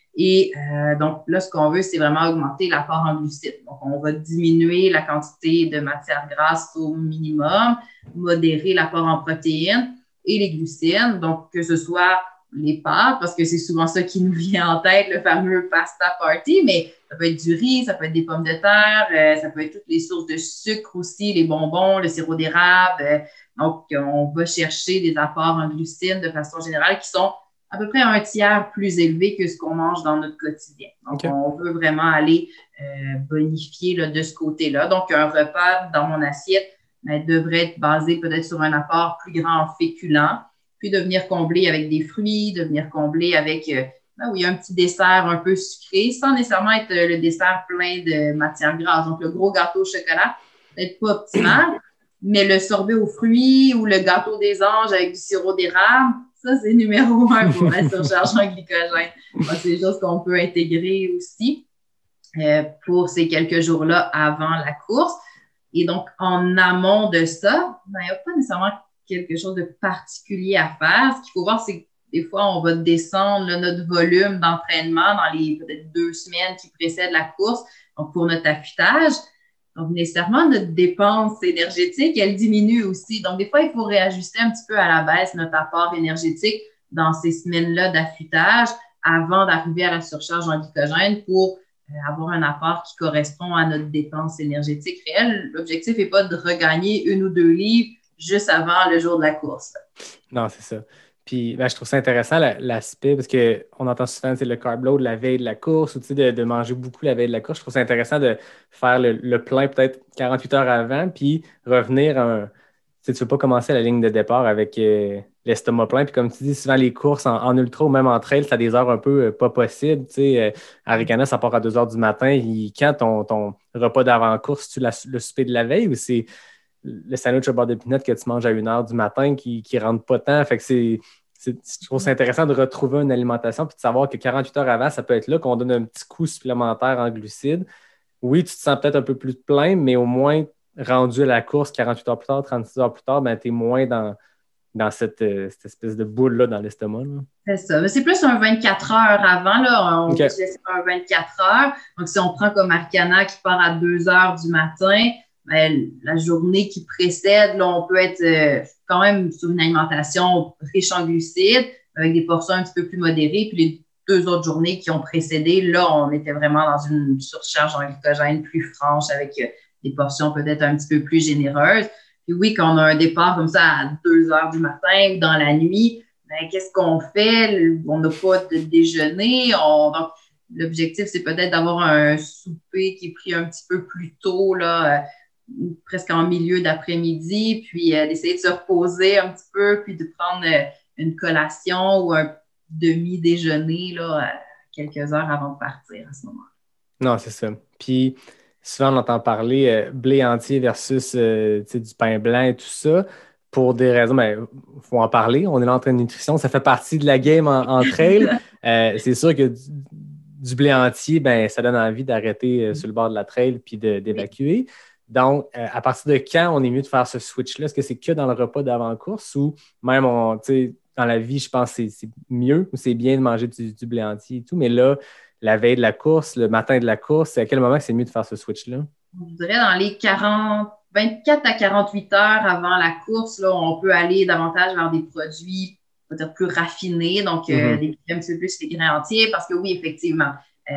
Speaker 1: Et donc là, ce qu'on veut, c'est vraiment augmenter l'apport en glucides. Donc, on va diminuer la quantité de matière grasse au minimum, modérer l'apport en protéines et les glucides. Donc, que ce soit les pâtes, parce que c'est souvent ça qui nous vient en tête, le fameux pasta party, mais ça peut être du riz, ça peut être des pommes de terre, ça peut être toutes les sources de sucre aussi, les bonbons, le sirop d'érable. Donc, on va chercher des apports en glucides de façon générale qui sont à peu près un tiers plus élevés que ce qu'on mange dans notre quotidien. Donc, on veut vraiment aller bonifier là, de ce côté-là. Donc, un repas dans mon assiette devrait être basé peut-être sur un apport plus grand en féculents, puis de venir combler avec des fruits, de venir combler avec un petit dessert un peu sucré, sans nécessairement être le dessert plein de matière grasse. Donc, le gros gâteau au chocolat, peut-être pas optimal, mais le sorbet aux fruits ou le gâteau des anges avec du sirop d'érable, ça, c'est numéro 1 pour la surcharge en glycogène. Donc, c'est des choses qu'on peut intégrer aussi pour ces quelques jours-là avant la course. Et donc, en amont de ça, il n'y a pas nécessairement quelque chose de particulier à faire. Ce qu'il faut voir, c'est que des fois, on va descendre là, notre volume d'entraînement dans les peut-être 2 semaines qui précèdent la course, donc pour notre affûtage. Donc, nécessairement, notre dépense énergétique, elle diminue aussi. Donc, des fois, il faut réajuster un petit peu à la baisse notre apport énergétique dans ces semaines-là d'affûtage avant d'arriver à la surcharge en glycogène pour avoir un apport qui correspond à notre dépense énergétique réelle. L'objectif n'est pas de regagner 1 ou 2 livres juste avant le jour de la course.
Speaker 4: Non, c'est ça. Puis, je trouve ça intéressant l'aspect parce qu'on entend souvent le carb load la veille de la course ou de manger beaucoup la veille de la course. Je trouve ça intéressant de faire le plein peut-être 48 heures avant puis revenir tu ne veux pas commencer à la ligne de départ avec l'estomac plein. Puis comme tu dis, souvent les courses en ultra ou même en trail, tu as des heures un peu pas possibles. Arikana, ça part à 2 heures du matin. Quand ton repas d'avant-course, tu le souper de la veille ou c'est le sandwich au beurre de pinot que tu manges à 1h du matin qui ne rentre pas tant. Fait que je trouve ça intéressant de retrouver une alimentation puis de savoir que 48 heures avant, ça peut être là qu'on donne un petit coup supplémentaire en glucides. Oui, tu te sens peut-être un peu plus plein, mais au moins, rendu à la course 48 heures plus tard, 36 heures plus tard, ben, tu es moins dans cette espèce de boule-là dans l'estomac. Là.
Speaker 1: C'est ça. Mais c'est plus un 24 heures avant. Là. On
Speaker 4: Okay.
Speaker 1: laisse un 24 heures. Donc, si on prend comme Arcana qui part à 2 heures du matin, ben, la journée qui précède, là, on peut être quand même sur une alimentation riche en glucides, avec des portions un petit peu plus modérées. Puis les 2 autres journées qui ont précédé, là, on était vraiment dans une surcharge en glycogène plus franche avec des portions peut-être un petit peu plus généreuses. Puis oui, quand on a un départ comme ça à 2 heures du matin ou dans la nuit, ben, qu'est-ce qu'on fait? On n'a pas de déjeuner. Donc, l'objectif, c'est peut-être d'avoir un souper qui est pris un petit peu plus tôt, là, presque en milieu d'après-midi, puis d'essayer de se reposer un petit peu, puis de prendre une collation ou un demi-déjeuner là, quelques heures avant de partir à ce moment-là.
Speaker 4: Non, c'est ça. Puis souvent, on entend parler blé entier versus du pain blanc et tout ça. Pour des raisons, il faut en parler. On est là en train de nutrition. Ça fait partie de la game en trail. C'est sûr que du blé entier, ben, ça donne envie d'arrêter sur le bord de la trail puis d'évacuer. Donc, à partir de quand on est mieux de faire ce switch-là? Est-ce que c'est que dans le repas d'avant-course ou même, dans la vie, je pense que c'est mieux ou c'est bien de manger du blé entier et tout, mais là, la veille de la course, le matin de la course, c'est à quel moment que c'est mieux de faire ce switch-là?
Speaker 1: Je dirais dans les 24 à 48 heures avant la course, là, on peut aller davantage vers des produits peut-être plus raffinés, donc des un petit peu plus les grains entiers, parce que oui, effectivement,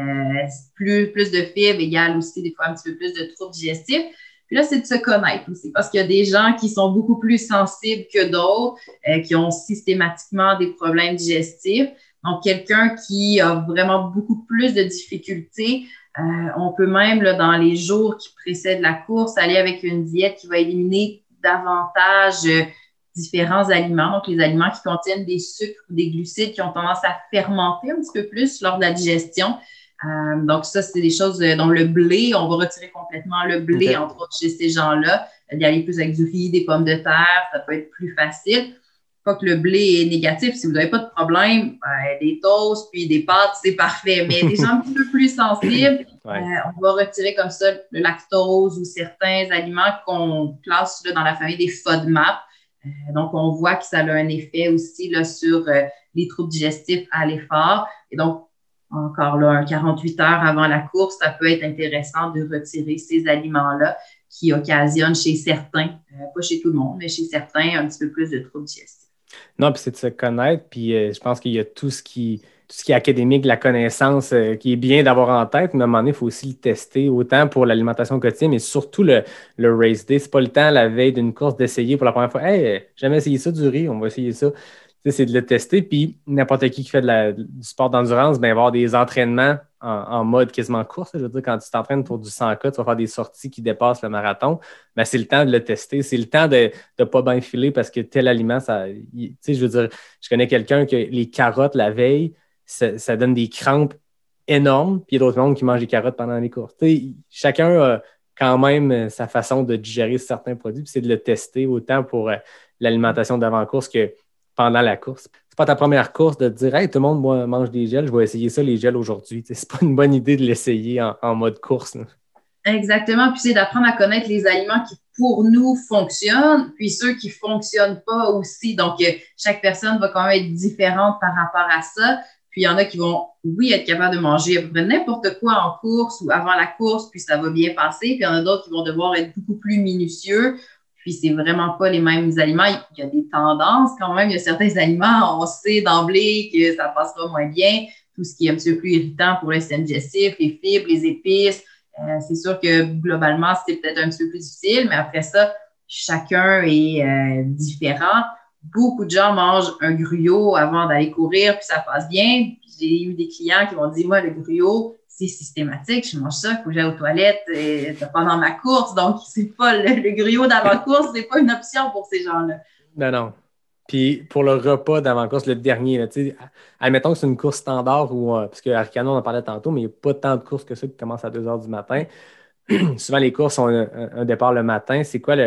Speaker 1: plus de fibres égale aussi des fois un petit peu plus de troubles digestifs. Puis là, c'est de se connaître aussi, parce qu'il y a des gens qui sont beaucoup plus sensibles que d'autres, qui ont systématiquement des problèmes digestifs. Donc, quelqu'un qui a vraiment beaucoup plus de difficultés, on peut même, là, dans les jours qui précèdent la course, aller avec une diète qui va éliminer davantage différents aliments, donc les aliments qui contiennent des sucres ou des glucides qui ont tendance à fermenter un petit peu plus lors de la digestion. Donc ça, c'est des choses dont le blé, on va retirer complètement le blé, entre autres chez ces gens-là, d'y aller plus avec du riz, des pommes de terre, ça peut être plus facile. Pas que le blé est négatif, si vous n'avez pas de problème, des toasts puis des pâtes, c'est parfait. Mais des gens un petit peu plus sensibles, on va retirer comme ça le lactose ou certains aliments qu'on classe là, dans la famille des FODMAP. Donc, on voit que ça a un effet aussi là, sur les troubles digestifs à l'effort. Et donc, encore là, un 48 heures avant la course, ça peut être intéressant de retirer ces aliments-là qui occasionnent chez certains, pas chez tout le monde, mais chez certains, un petit peu plus de troubles digestifs.
Speaker 4: Non, puis c'est de se connaître, puis je pense qu'il y a tout ce qui est académique, la connaissance qui est bien d'avoir en tête, mais à un moment donné, il faut aussi le tester, autant pour l'alimentation quotidienne, mais surtout le race day. C'est pas le temps, la veille d'une course, d'essayer pour la première fois. « Hey, j'ai jamais essayé ça, du riz, on va essayer ça. » C'est de le tester, puis n'importe qui fait du sport d'endurance, ben, il va avoir des entraînements en mode quasiment course. Je veux dire, quand tu t'entraînes pour du 100K, tu vas faire des sorties qui dépassent le marathon. Ben, c'est le temps de le tester. C'est le temps de ne pas bien filer parce que tel aliment, je veux dire, je connais quelqu'un que les carottes la veille, ça donne des crampes énormes, puis il y a d'autres mondes qui mangent des carottes pendant les courses. Chacun a quand même sa façon de digérer certains produits, puis c'est de le tester autant pour l'alimentation d'avant-course que pendant la course. C'est pas ta première course de te dire « Hey, tout le monde mange des gels, je vais essayer ça, les gels aujourd'hui. » C'est pas une bonne idée de l'essayer en mode course. Là.
Speaker 1: Exactement. Puis c'est d'apprendre à connaître les aliments qui, pour nous, fonctionnent, puis ceux qui fonctionnent pas aussi. Donc, chaque personne va quand même être différente par rapport à ça. Puis il y en a qui vont, oui, être capables de manger à peu près n'importe quoi en course ou avant la course, puis ça va bien passer. Puis il y en a d'autres qui vont devoir être beaucoup plus minutieux. Puis, c'est vraiment pas les mêmes aliments. Il y a des tendances quand même. Il y a certains aliments, on sait d'emblée que ça passera moins bien. Tout ce qui est un petit peu plus irritant pour le système digestif, les fibres, les épices. C'est sûr que globalement, c'est peut-être un petit peu plus difficile, mais après ça, chacun est différent. Beaucoup de gens mangent un gruyot avant d'aller courir, puis ça passe bien. J'ai eu des clients qui m'ont dit, moi, le gruyot, c'est systématique, je mange ça, il faut que j'aille aux toilettes pendant ma course. Donc, c'est pas le gruyot d'avant-course, c'est pas une option pour ces gens-là.
Speaker 4: Non. Puis, pour le repas d'avant-course, le dernier, là, admettons que c'est une course standard, parce que Arcana, on en parlait tantôt, mais il n'y a pas tant de courses que ça qui commencent à 2 heures du matin. Souvent, les courses ont un départ le matin. C'est quoi le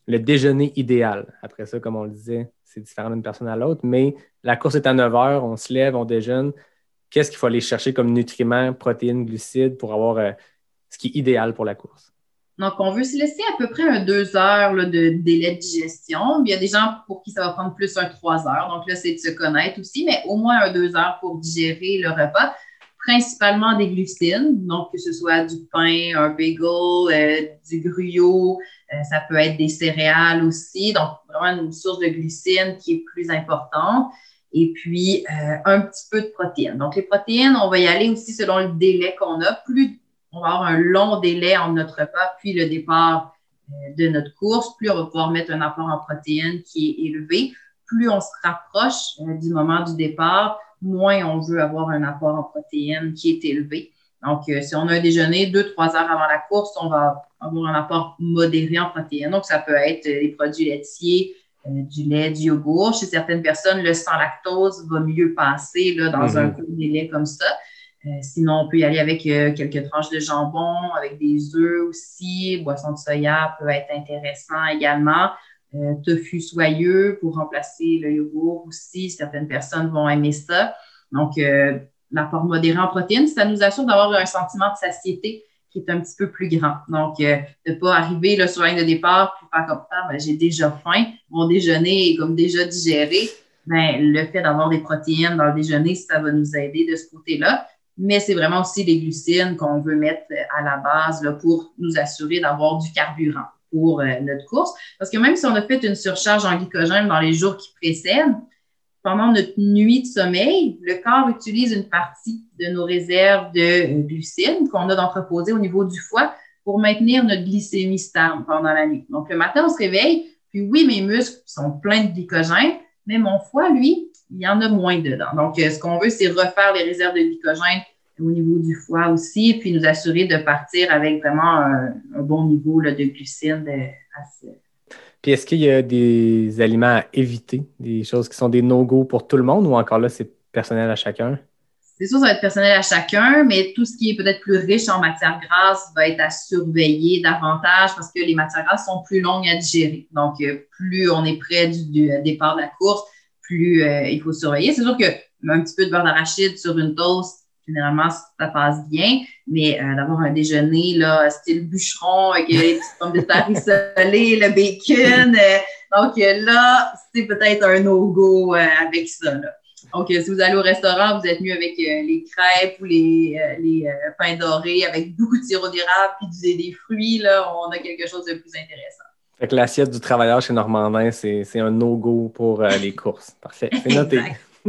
Speaker 4: le déjeuner idéal. Après ça, comme on le disait, c'est différent d'une personne à l'autre, mais la course est à 9 heures, on se lève, on déjeune. Qu'est-ce qu'il faut aller chercher comme nutriments, protéines, glucides pour avoir ce qui est idéal pour la course?
Speaker 1: Donc, on veut se laisser à peu près 2 heures là, de délai de digestion. Il y a des gens pour qui ça va prendre plus 3 heures. Donc là, c'est de se connaître aussi, mais au moins 2 heures pour digérer le repas. Principalement des glucides, donc que ce soit du pain, un bagel, du gruyot, ça peut être des céréales aussi. Donc, vraiment une source de glucides qui est plus importante. Et puis, un petit peu de protéines. Donc, les protéines, on va y aller aussi selon le délai qu'on a. Plus on va avoir un long délai entre notre repas puis le départ de notre course, plus on va pouvoir mettre un apport en protéines qui est élevé. Plus on se rapproche du moment du départ, moins on veut avoir un apport en protéines qui est élevé. Donc, si on a un déjeuner 2-3 heures avant la course, on va avoir un apport modéré en protéines. Donc, ça peut être les produits laitiers, du lait, du yogourt. Chez certaines personnes, le sans lactose va mieux passer là, dans un court délai comme ça. Sinon, on peut y aller avec quelques tranches de jambon, avec des œufs aussi. Boisson de soya peut être intéressant également. Tofu soyeux pour remplacer le yogourt aussi. Certaines personnes vont aimer ça. Donc, l'apport modéré en protéines, ça nous assure d'avoir un sentiment de satiété qui est un petit peu plus grand. Donc, de ne pas arriver là, sur la ligne de départ et faire comme ça, j'ai déjà faim, mon déjeuner est comme déjà digéré. Ben, le fait d'avoir des protéines dans le déjeuner, ça va nous aider de ce côté-là. Mais c'est vraiment aussi les glucides qu'on veut mettre à la base là, pour nous assurer d'avoir du carburant pour notre course. Parce que même si on a fait une surcharge en glycogène dans les jours qui précèdent, pendant notre nuit de sommeil, le corps utilise une partie de nos réserves de glucides qu'on a d'entreposées au niveau du foie pour maintenir notre glycémie stable pendant la nuit. Donc, le matin, on se réveille, puis oui, mes muscles sont pleins de glycogène, mais mon foie, lui, il y en a moins dedans. Donc, ce qu'on veut, c'est refaire les réserves de glycogène au niveau du foie aussi, puis nous assurer de partir avec vraiment un bon niveau là, de glucides
Speaker 4: Puis est-ce qu'il y a des aliments à éviter, des choses qui sont des no-go pour tout le monde ou encore là, c'est personnel à chacun?
Speaker 1: C'est sûr, ça va être personnel à chacun, mais tout ce qui est peut-être plus riche en matières grasses va être à surveiller davantage parce que les matières grasses sont plus longues à digérer. Donc, plus on est près du départ de la course, plus il faut surveiller. C'est sûr que un petit peu de beurre d'arachide sur une toast, généralement, ça passe bien, mais d'avoir un déjeuner là, style bûcheron avec les petites pommes de terre rissolées, le bacon. Donc là, c'est peut-être un no-go avec ça. Là. Donc, si vous allez au restaurant, vous êtes mieux avec les crêpes ou les pains dorés avec beaucoup de sirop d'érable puis des fruits. Là, on a quelque chose de plus intéressant.
Speaker 4: Fait que l'assiette du travailleur chez Normandin, c'est un no-go pour les courses. Parfait, c'est noté.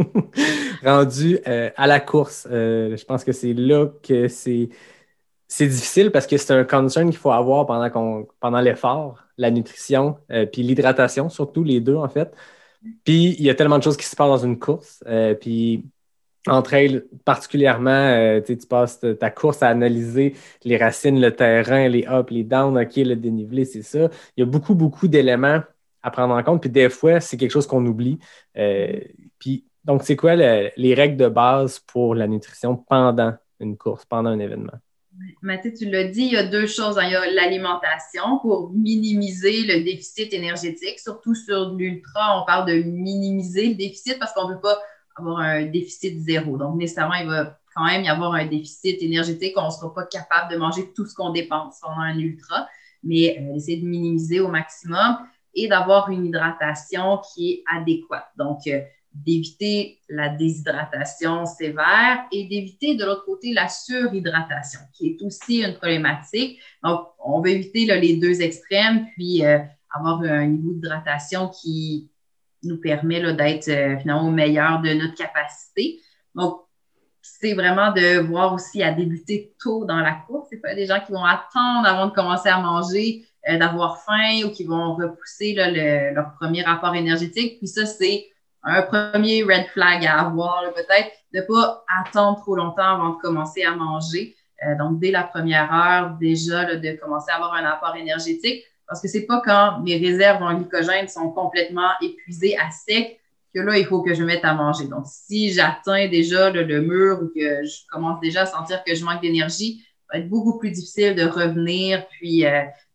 Speaker 4: Rendu à la course, je pense que c'est là que c'est difficile parce que c'est un concern qu'il faut avoir pendant l'effort, la nutrition, puis l'hydratation, surtout les deux en fait. Puis il y a tellement de choses qui se passent dans une course. Puis entre elles, particulièrement, tu passes ta course à analyser les racines, le terrain, les ups, les downs, OK, le dénivelé, c'est ça. Il y a beaucoup, beaucoup d'éléments à prendre en compte. Puis des fois, c'est quelque chose qu'on oublie. Puis donc, c'est quoi les règles de base pour la nutrition pendant une course, pendant un événement?
Speaker 1: Mathieu, tu l'as dit, il y a 2 choses. Il y a l'alimentation pour minimiser le déficit énergétique. Surtout sur l'ultra, on parle de minimiser le déficit parce qu'on ne veut pas avoir un déficit zéro. Donc, nécessairement, il va quand même y avoir un déficit énergétique. On ne sera pas capable de manger tout ce qu'on dépense pendant un ultra, mais essayer de minimiser au maximum et d'avoir une hydratation qui est adéquate. Donc, d'éviter la déshydratation sévère et d'éviter de l'autre côté la surhydratation, qui est aussi une problématique. Donc, on va éviter là, les 2 extrêmes, puis avoir un niveau d'hydratation qui nous permet là, d'être finalement au meilleur de notre capacité. Donc, c'est vraiment de voir aussi à débuter tôt dans la course. C'est pas des gens qui vont attendre avant de commencer à manger, d'avoir faim ou qui vont repousser là, leur premier rapport énergétique. Puis ça, c'est un premier red flag à avoir, là, peut-être, de ne pas attendre trop longtemps avant de commencer à manger. Donc, dès la première heure, déjà, là, de commencer à avoir un apport énergétique. Parce que c'est pas quand mes réserves en glycogène sont complètement épuisées à sec que là, il faut que je me mette à manger. Donc, si j'atteins déjà là, le mur ou que je commence déjà à sentir que je manque d'énergie, ça va être beaucoup plus difficile de revenir puis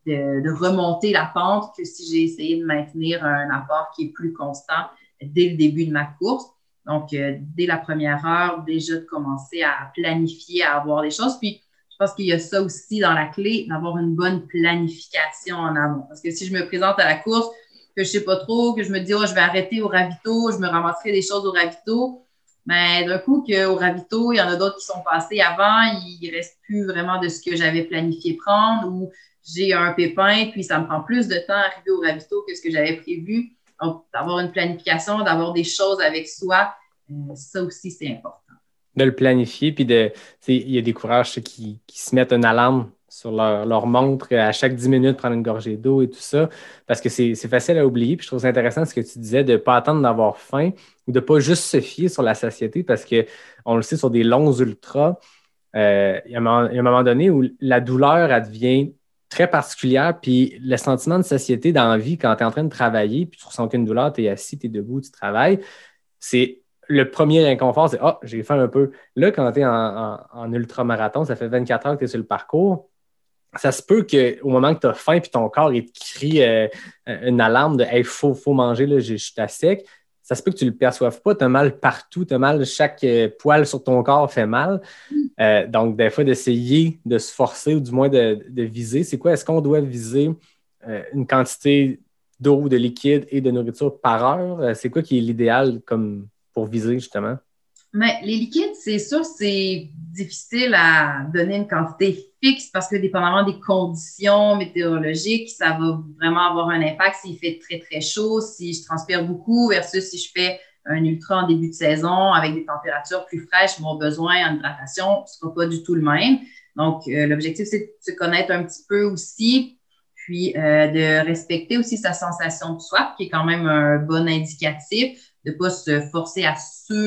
Speaker 1: de remonter la pente que si j'ai essayé de maintenir un apport qui est plus constant dès le début de ma course. Donc, dès la première heure, déjà de commencer à planifier, à avoir des choses. Puis, je pense qu'il y a ça aussi dans la clé, d'avoir une bonne planification en amont. Parce que si je me présente à la course, que je ne sais pas trop, que je me dis, je vais arrêter au ravito, je me ramasserai des choses au ravito, mais d'un coup, qu'au ravito, il y en a d'autres qui sont passés avant, il ne reste plus vraiment de ce que j'avais planifié prendre ou j'ai un pépin, puis ça me prend plus de temps à arriver au ravito que ce que j'avais prévu. Donc, d'avoir une planification, d'avoir des choses avec soi, ça aussi, c'est important.
Speaker 4: De le planifier, puis il y a des coureurs qui se mettent une alarme sur leur montre à chaque 10 minutes, prendre une gorgée d'eau et tout ça, parce que c'est facile à oublier. Puis je trouve ça intéressant ce que tu disais de ne pas attendre d'avoir faim ou de ne pas juste se fier sur la satiété, parce qu'on le sait, sur des longs ultras, il y a un moment donné où la douleur, elle devient très particulière, puis le sentiment de satiété dans la vie, quand tu es en train de travailler, puis tu ne ressens aucune douleur, tu es assis, tu es debout, tu travailles, c'est le premier inconfort, c'est « Ah, j'ai faim un peu ». Là, quand tu es en ultramarathon, ça fait 24 heures que tu es sur le parcours, ça se peut qu'au moment que tu as faim puis ton corps il te crie une alarme de « Hey, faut manger, là, je suis à sec », ça se peut que tu ne le perçoives pas, tu as mal partout, tu as mal, chaque poil sur ton corps fait mal. Donc, des fois, d'essayer de se forcer ou du moins de viser, c'est quoi? Est-ce qu'on doit viser une quantité d'eau, de liquide et de nourriture par heure? C'est quoi qui est l'idéal comme pour viser, justement?
Speaker 1: Mais les liquides, c'est sûr, c'est difficile à donner une quantité fixe parce que dépendamment des conditions météorologiques, ça va vraiment avoir un impact s'il fait très, très chaud, si je transpire beaucoup versus si je fais un ultra en début de saison avec des températures plus fraîches, mon besoin en hydratation ne sera pas du tout le même. Donc, l'objectif, c'est de se connaître un petit peu aussi, puis de respecter aussi sa sensation de soif, qui est quand même un bon indicatif, de ne pas se forcer à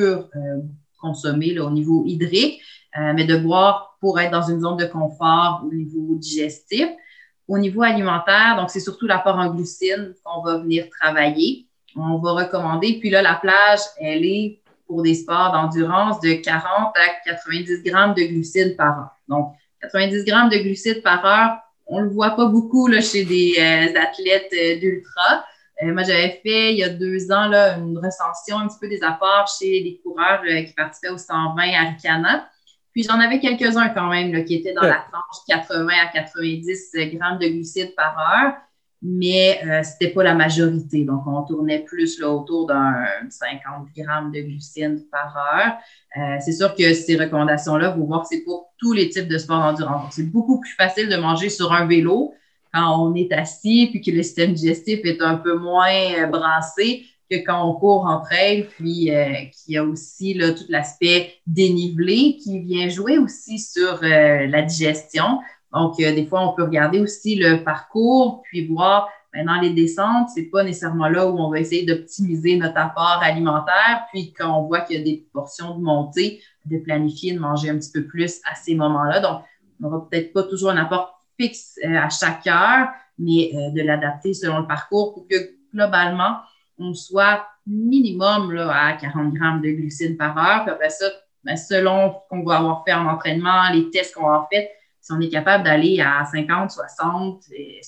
Speaker 1: consommer au niveau hydrique, mais de boire pour être dans une zone de confort au niveau digestif. Au niveau alimentaire, donc c'est surtout l'apport en glucides qu'on va venir travailler. On va recommander, puis là, la plage, elle est pour des sports d'endurance de 40 à 90 grammes de glucides par heure. Donc, 90 grammes de glucides par heure, on ne le voit pas beaucoup là, chez des athlètes d'ultra. Moi, j'avais fait, il y a 2 ans, là, une recension un petit peu des apports chez des coureurs qui participaient au 120 à Ricana. Puis, j'en avais quelques-uns quand même là, qui étaient dans la tranche 80 à 90 grammes de glucides par heure, mais ce n'était pas la majorité. Donc, on tournait plus là, autour d'un 50 grammes de glucides par heure. C'est sûr que ces recommandations-là, vous voir que c'est pour tous les types de sports d'endurance. Donc, c'est beaucoup plus facile de manger sur un vélo quand on est assis puis que le système digestif est un peu moins brassé que quand on court en trail, puis qu'il y a aussi là, tout l'aspect dénivelé qui vient jouer aussi sur la digestion. Donc, des fois, on peut regarder aussi le parcours, puis voir, dans les descentes, c'est pas nécessairement là où on va essayer d'optimiser notre apport alimentaire, puis quand on voit qu'il y a des portions de montée, de planifier, de manger un petit peu plus à ces moments-là. Donc, on n'aura peut-être pas toujours un apport fixe à chaque heure, mais de l'adapter selon le parcours pour que globalement, on soit minimum là, à 40 grammes de glucides par heure. Puis après ça, selon ce qu'on va avoir fait en entraînement, les tests qu'on va avoir fait, si on est capable d'aller à 50, 60,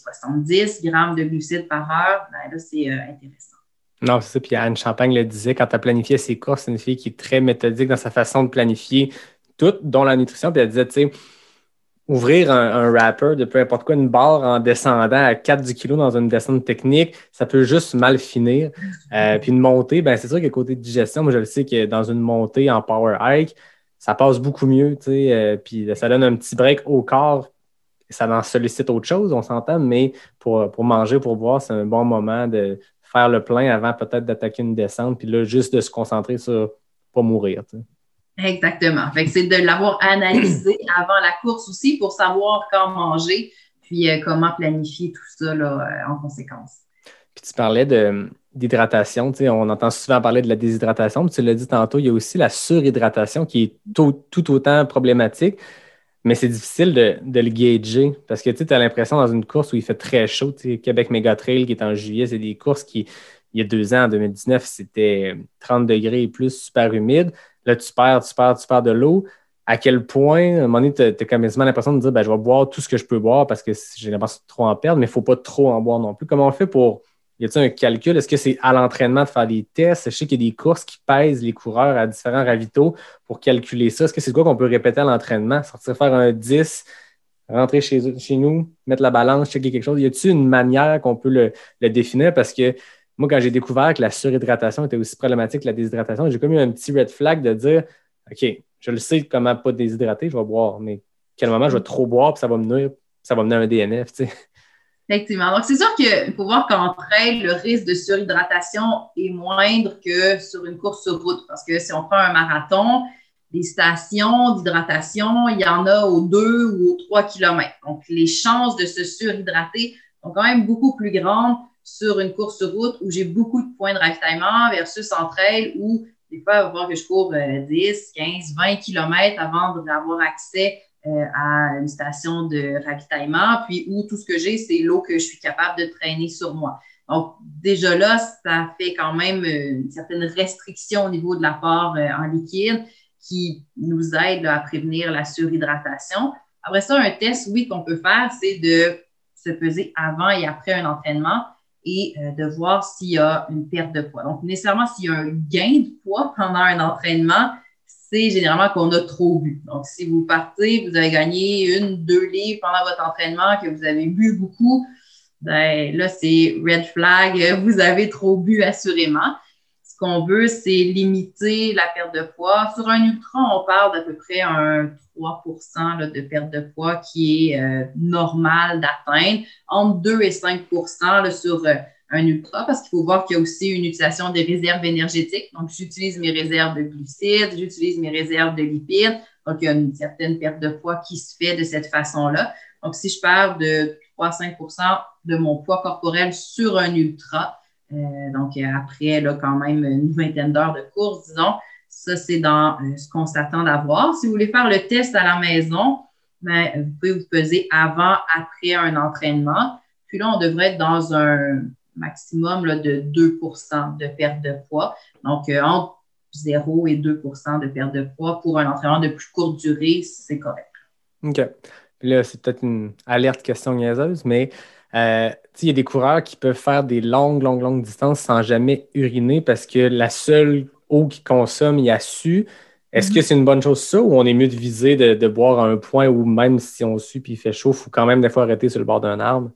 Speaker 1: 70 grammes de glucides par heure, là, c'est intéressant.
Speaker 4: Non, c'est ça. Puis Anne Champagne le disait, quand elle planifiait ses courses, c'est une fille qui est très méthodique dans sa façon de planifier tout, dont la nutrition. Puis elle disait, tu sais, ouvrir un wrapper de peu importe quoi, une barre en descendant à 4 du kilo dans une descente technique, ça peut juste mal finir. Puis une montée, c'est sûr que côté digestion, moi je le sais que dans une montée en power hike, ça passe beaucoup mieux, tu sais, puis ça donne un petit break au corps. Ça en sollicite autre chose, on s'entend, mais pour manger, pour boire, c'est un bon moment de faire le plein avant peut-être d'attaquer une descente, puis là, juste de se concentrer sur pas mourir, tu sais.
Speaker 1: Exactement. Fait que c'est de l'avoir analysé avant la course aussi pour savoir quand manger, puis comment planifier tout ça là, en conséquence.
Speaker 4: Puis tu parlais d'hydratation, tu sais, on entend souvent parler de la déshydratation, puis tu l'as dit tantôt, il y a aussi la surhydratation qui est tout autant problématique, mais c'est difficile de le gager parce que tu as l'impression dans une course où il fait très chaud, tu sais, Québec Méga Trail qui est en juillet, c'est des courses qui, il y a 2 ans, en 2019, c'était 30 degrés et plus, super humide. Là, tu perds de l'eau. à quel point, à un moment donné, tu as quasiment l'impression de dire je vais boire tout ce que je peux boire parce que j'ai l'impression de trop en perdre, mais il ne faut pas trop en boire non plus. Comment on fait pour. Y a-t-il un calcul? Est-ce que c'est à l'entraînement de faire des tests? Je sais qu'il y a des courses qui pèsent les coureurs à différents ravitaux pour calculer ça. Est-ce que c'est quoi qu'on peut répéter à l'entraînement? Sortir faire un 10, rentrer chez nous, mettre la balance, checker quelque chose. Y a-t-il une manière qu'on peut le définir? Parce que moi, quand j'ai découvert que la surhydratation était aussi problématique que la déshydratation, j'ai comme eu un petit red flag de dire OK, je le sais comment pas déshydrater, je vais boire, mais à quel moment je vais trop boire puis ça va mener à un DNF, tu sais.
Speaker 1: Effectivement. Donc, c'est sûr qu'il faut voir qu'en trail, le risque de surhydratation est moindre que sur une course sur route. Parce que si on prend un marathon, les stations d'hydratation, il y en a aux 2 ou aux 3 kilomètres. Donc, les chances de se surhydrater sont quand même beaucoup plus grandes sur une course sur route où j'ai beaucoup de points de ravitaillement versus en trail où des fois, il va falloir que je cours 10, 15, 20 kilomètres avant d'avoir accès à une station de ravitaillement, puis où tout ce que j'ai, c'est l'eau que je suis capable de traîner sur moi. Donc, déjà là, ça fait quand même une certaine restriction au niveau de l'apport en liquide qui nous aide là, à prévenir la surhydratation. Après ça, un test, oui, qu'on peut faire, c'est de se peser avant et après un entraînement et de voir s'il y a une perte de poids. Donc, nécessairement, s'il y a un gain de poids pendant un entraînement, c'est généralement qu'on a trop bu. Donc, si vous partez, vous avez gagné 1-2 livres pendant votre entraînement, que vous avez bu beaucoup, ben là, c'est red flag, vous avez trop bu assurément. Ce qu'on veut, c'est limiter la perte de poids. Sur un ultra, on parle d'à peu près un 3% là, de perte de poids qui est normal d'atteindre, entre 2 et 5% là, sur un ultra, parce qu'il faut voir qu'il y a aussi une utilisation des réserves énergétiques. Donc, j'utilise mes réserves de glucides, j'utilise mes réserves de lipides. Donc, il y a une certaine perte de poids qui se fait de cette façon-là. Donc, si je perds de 3-5% de mon poids corporel sur un ultra, donc après là, quand même une vingtaine d'heures de course, disons, ça, c'est dans ce qu'on s'attend d'avoir. Si vous voulez faire le test à la maison, ben, vous pouvez vous peser avant, après un entraînement. Puis là, on devrait être dans un maximum là, de 2% de perte de poids. Donc, entre 0 et 2% de perte de poids pour un entraînement de plus courte durée, c'est correct.
Speaker 4: OK. Puis là, c'est peut-être une alerte question niaiseuse, mais il y a des coureurs qui peuvent faire des longues distances sans jamais uriner parce que la seule eau qu'ils consomment, il y a su. Est-ce que c'est une bonne chose ça ou on est mieux de viser de boire à un point où même si on sue et il fait chaud, il faut quand même des fois arrêter sur le bord d'un arbre?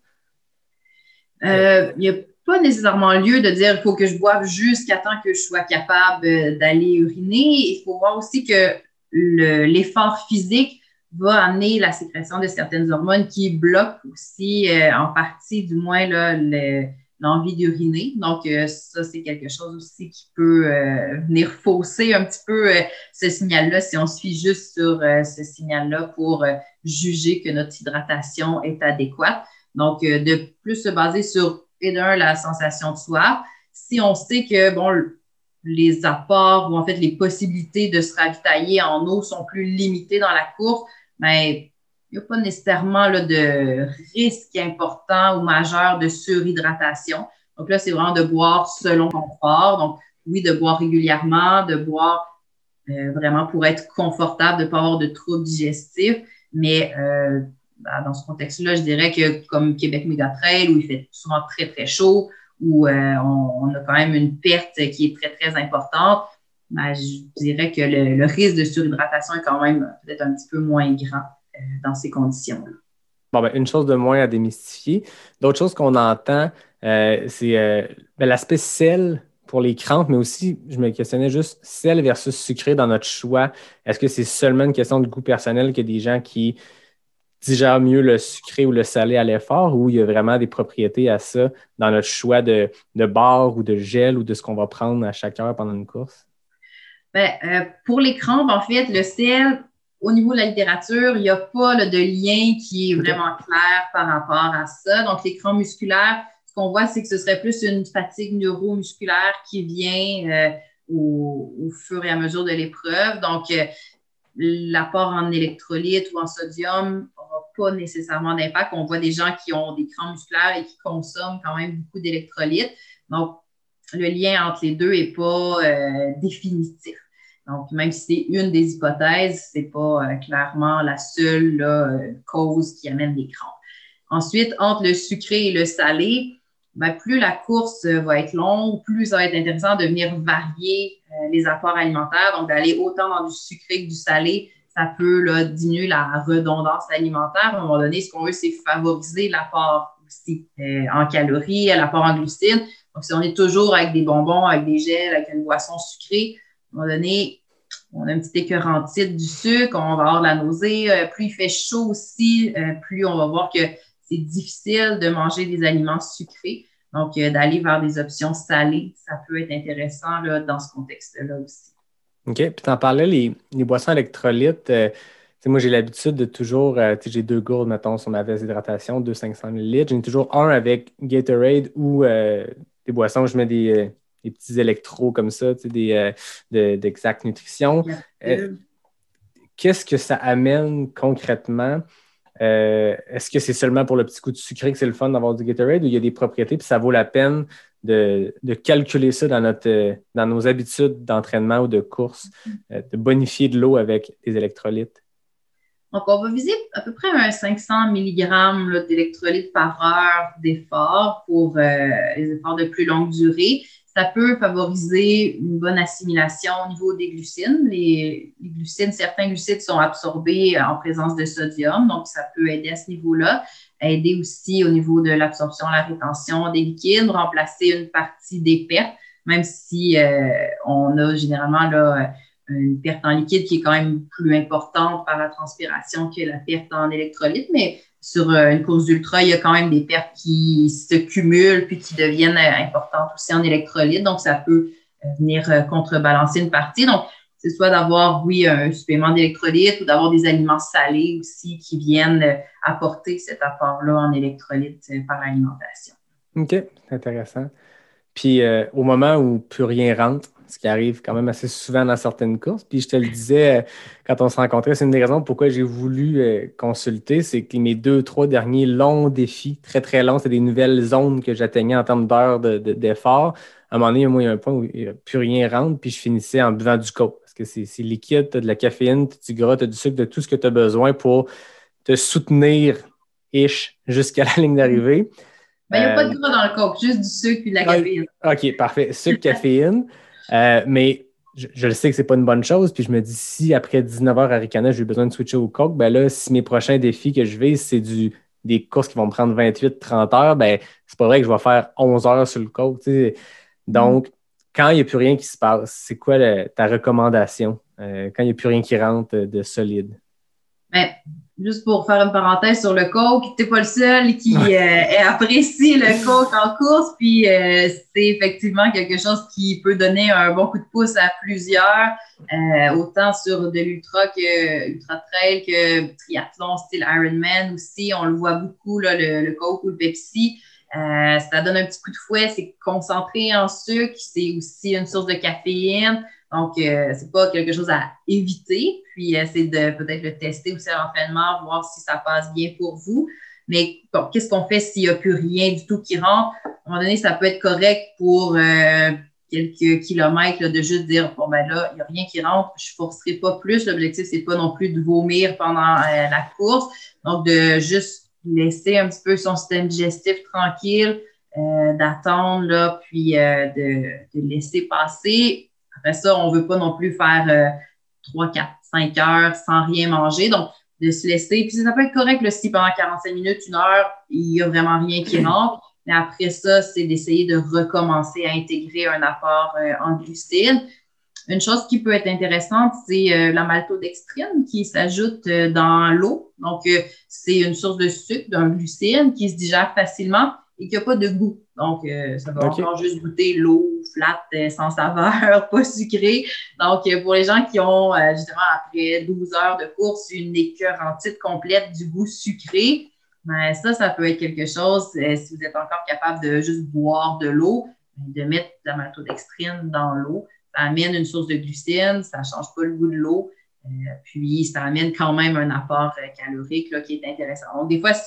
Speaker 1: Il n'y a pas nécessairement lieu de dire qu'il faut que je boive jusqu'à temps que je sois capable d'aller uriner. Il faut voir aussi que l'effort physique va amener la sécrétion de certaines hormones qui bloquent aussi en partie, du moins, là, l'envie d'uriner. Donc, ça, c'est quelque chose aussi qui peut venir fausser un petit peu ce signal-là si on se fie juste sur ce signal-là pour juger que notre hydratation est adéquate. Donc, de plus se baser sur, et d'un, la sensation de soif. Si on sait que, bon, les apports ou en fait les possibilités de se ravitailler en eau sont plus limitées dans la course, mais il n'y a pas nécessairement là, de risque important ou majeur de surhydratation. Donc là, c'est vraiment de boire selon confort. Donc, oui, de boire régulièrement, de boire vraiment pour être confortable, de ne pas avoir de troubles digestifs, mais dans ce contexte-là, je dirais que comme Québec Méga Trail, où il fait souvent très, très chaud, où on a quand même une perte qui est très, très importante, ben, je dirais que le risque de surhydratation est quand même peut-être un petit peu moins grand dans ces conditions-là.
Speaker 4: Bon, ben, une chose de moins à démystifier. D'autres choses qu'on entend, c'est l'aspect sel pour les crampes, mais aussi, je me questionnais juste, sel versus sucré dans notre choix. Est-ce que c'est seulement une question de goût personnel que des gens qui digèrent mieux le sucré ou le salé à l'effort ou il y a vraiment des propriétés à ça dans notre choix de barre ou de gel ou de ce qu'on va prendre à chaque heure pendant une course?
Speaker 1: Ben, pour les crampes, en fait, le sel, au niveau de la littérature, il n'y a pas là, de lien qui est vraiment clair par rapport à ça. Donc, les crampes musculaires, ce qu'on voit, c'est que ce serait plus une fatigue neuromusculaire qui vient au fur et à mesure de l'épreuve. Donc, l'apport en électrolytes ou en sodium n'aura pas nécessairement d'impact. On voit des gens qui ont des crampes musculaires et qui consomment quand même beaucoup d'électrolytes. Donc, le lien entre les deux n'est pas définitif. Donc, même si c'est une des hypothèses, c'est pas clairement la seule cause qui amène des crampes. Ensuite, entre le sucré et le salé, ben, plus la course va être longue, plus ça va être intéressant de venir varier les apports alimentaires. Donc, d'aller autant dans du sucré que du salé, ça peut là, diminuer la redondance alimentaire. À un moment donné, ce qu'on veut, c'est favoriser l'apport aussi en calories, l'apport en glucides. Donc, si on est toujours avec des bonbons, avec des gels, avec une boisson sucrée, à un moment donné, on a un petit écœurantite du sucre, on va avoir de la nausée. Plus il fait chaud aussi, plus on va voir que c'est difficile de manger des aliments sucrés. Donc, d'aller vers des options salées, ça peut être intéressant là, dans ce contexte-là aussi.
Speaker 4: OK. Puis tu en parlais, les boissons électrolytes. Moi, j'ai l'habitude de toujours, j'ai 2 gourdes, mettons, sur ma veste d'hydratation, 500 ml. J'en ai toujours un avec Gatorade ou des boissons où je mets des petits électros comme ça, d'Exact Nutrition. Qu'est-ce que ça amène concrètement? Est-ce que c'est seulement pour le petit coup de sucré que c'est le fun d'avoir du Gatorade ou il y a des propriétés puis ça vaut la peine de calculer ça dans nos habitudes d'entraînement ou de course, de bonifier de l'eau avec des électrolytes?
Speaker 1: Donc, on va viser à peu près un 500 mg d'électrolytes par heure d'effort pour les efforts de plus longue durée. Ça peut favoriser une bonne assimilation au niveau des glucides. Les glucides, certains glucides sont absorbés en présence de sodium, donc ça peut aider à ce niveau-là. Aider aussi au niveau de l'absorption, la rétention des liquides, remplacer une partie des pertes, même si on a généralement là, une perte en liquide qui est quand même plus importante par la transpiration que la perte en électrolytes, mais sur une course d'ultra, il y a quand même des pertes qui se cumulent puis qui deviennent importantes aussi en électrolytes. Donc, ça peut venir contrebalancer une partie. Donc, c'est soit d'avoir, oui, un supplément d'électrolytes ou d'avoir des aliments salés aussi qui viennent apporter cet apport-là en électrolytes par l'alimentation.
Speaker 4: OK, c'est intéressant. Puis, au moment où plus rien rentre, ce qui arrive quand même assez souvent dans certaines courses. Puis je te le disais quand on se rencontrait, c'est une des raisons pourquoi j'ai voulu consulter, c'est que mes 2-3 derniers longs défis, très, très longs, c'est des nouvelles zones que j'atteignais en termes d'heures d'effort. À un moment donné, moi, il y a un point où plus rien rentre, puis je finissais en buvant du Coke. Parce que c'est liquide, tu as de la caféine, tu as du gras, tu as du sucre, de tout ce que tu as besoin pour te soutenir jusqu'à la ligne d'arrivée.
Speaker 1: Il n'y a pas de gras dans le Coke, juste du sucre et de la caféine.
Speaker 4: OK, parfait. Sucre, caféine. Mais je le sais que c'est pas une bonne chose. Puis je me dis, si après 19 heures à Ricana, j'ai besoin de switcher au Coke, ben là, si mes prochains défis que je vais, c'est des courses qui vont me prendre 28-30 heures, ben c'est pas vrai que je vais faire 11 heures sur le Coke. T'sais. Donc, quand il n'y a plus rien qui se passe, c'est quoi ta recommandation quand il n'y a plus rien qui rentre de solide?
Speaker 1: Ben, juste pour faire une parenthèse sur le Coke, t'es pas le seul qui apprécie le Coke en course, puis c'est effectivement quelque chose qui peut donner un bon coup de pouce à plusieurs, autant sur de l'ultra trail que triathlon style Ironman aussi, on le voit beaucoup là, le Coke ou le Pepsi. Ça donne un petit coup de fouet, c'est concentré en sucre, c'est aussi une source de caféine. Donc, c'est pas quelque chose à éviter. Puis, c'est de peut-être le tester aussi à l'entraînement, voir si ça passe bien pour vous. Mais bon, qu'est-ce qu'on fait s'il n'y a plus rien du tout qui rentre? À un moment donné, ça peut être correct pour quelques kilomètres là, de juste dire, bon, ben là, il n'y a rien qui rentre, je ne forcerai pas plus. L'objectif, c'est pas non plus de vomir pendant la course. Donc, de juste laisser un petit peu son système digestif tranquille, d'attendre, là, puis de laisser passer. Après ça, on ne veut pas non plus faire 3, 4, 5 heures sans rien manger. Donc, de se laisser. Puis ça peut être correct là, si pendant 45 minutes, 1 heure, il n'y a vraiment rien qui rentre. Mais après ça, c'est d'essayer de recommencer à intégrer un apport en glucides. Une chose qui peut être intéressante, c'est la maltodextrine qui s'ajoute dans l'eau. Donc, c'est une source de sucre, d'un glucide qui se digère facilement et qui n'a pas de goût. Donc, ça va encore juste goûter l'eau flat, sans saveur, pas sucrée. Donc, pour les gens qui ont, justement, après 12 heures de course, une écœurantite complète du goût sucré, ben, ça peut être quelque chose, si vous êtes encore capable de juste boire de l'eau, de mettre de la maltodextrine dans l'eau. Ça amène une source de glucides, ça ne change pas le goût de l'eau, puis ça amène quand même un apport calorique là, qui est intéressant. Donc, des fois, s'il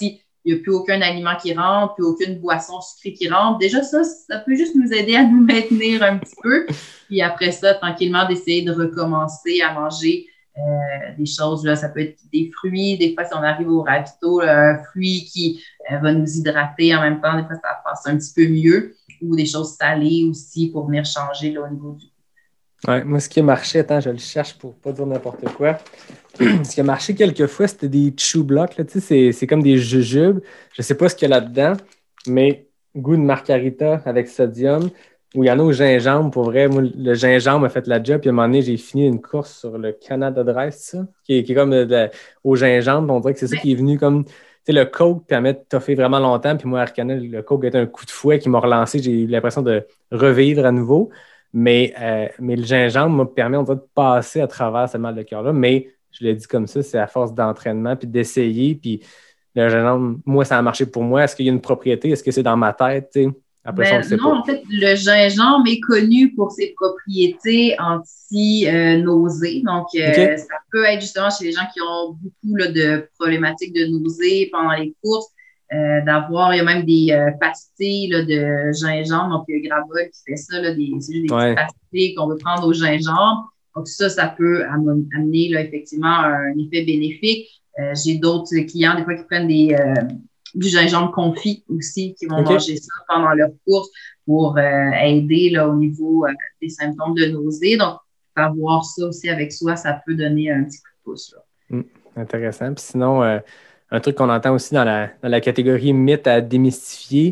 Speaker 1: il n'y a plus aucun aliment qui rentre, plus aucune boisson sucrée qui rentre. Déjà, ça peut juste nous aider à nous maintenir un petit peu. Puis après ça, tranquillement, d'essayer de recommencer à manger des choses. Là, ça peut être des fruits. Des fois, si on arrive au ravito, un fruit qui va nous hydrater en même temps, des fois, ça passe un petit peu mieux. Ou des choses salées aussi pour venir changer là, au niveau du...
Speaker 4: Ouais, moi, ce qui a marché, attends, je le cherche pour ne pas dire n'importe quoi. Ce qui a marché quelques fois, c'était des chew blocks. Là, tu sais, c'est comme des jujubes. Je ne sais pas ce qu'il y a là-dedans, mais goût de margarita avec sodium, où il y en a au gingembre. Pour vrai, moi, le gingembre a fait la job. Puis à un moment donné, j'ai fini une course sur le Canada Dry, ça, qui est comme au gingembre. On dirait que c'est ça qui est venu comme... Tu sais, le Coke permet de toffer vraiment longtemps. Puis moi, Arcana, le Coke a été un coup de fouet qui m'a relancé. J'ai eu l'impression de revivre à nouveau. Mais le gingembre m'a permis, on dirait, de passer à travers ce mal de cœur-là. Mais je l'ai dit comme ça, c'est à force d'entraînement puis d'essayer. Puis le gingembre, moi, ça a marché pour moi. Est-ce qu'il y a une propriété? Est-ce que c'est dans ma tête? T'sais? Après ça, on ne sait pas.
Speaker 1: En fait, le gingembre est connu pour ses propriétés anti-nausées. Donc, ça peut être justement chez les gens qui ont beaucoup là, de problématiques de nausées pendant les courses, d'avoir, il y a même des pastilles là, de gingembre. Donc, il y a Gravol qui fait ça, là, c'est juste des petites pastilles qu'on veut prendre au gingembre. Donc, ça peut amener là, effectivement un effet bénéfique. J'ai d'autres clients, des fois, qui prennent du gingembre confit aussi, qui vont manger ça pendant leur course pour aider là, au niveau des symptômes de nausée. Donc, avoir ça aussi avec soi, ça peut donner un petit coup de pouce. Là.
Speaker 4: Intéressant. Puis sinon, un truc qu'on entend aussi dans la catégorie mythe à démystifier,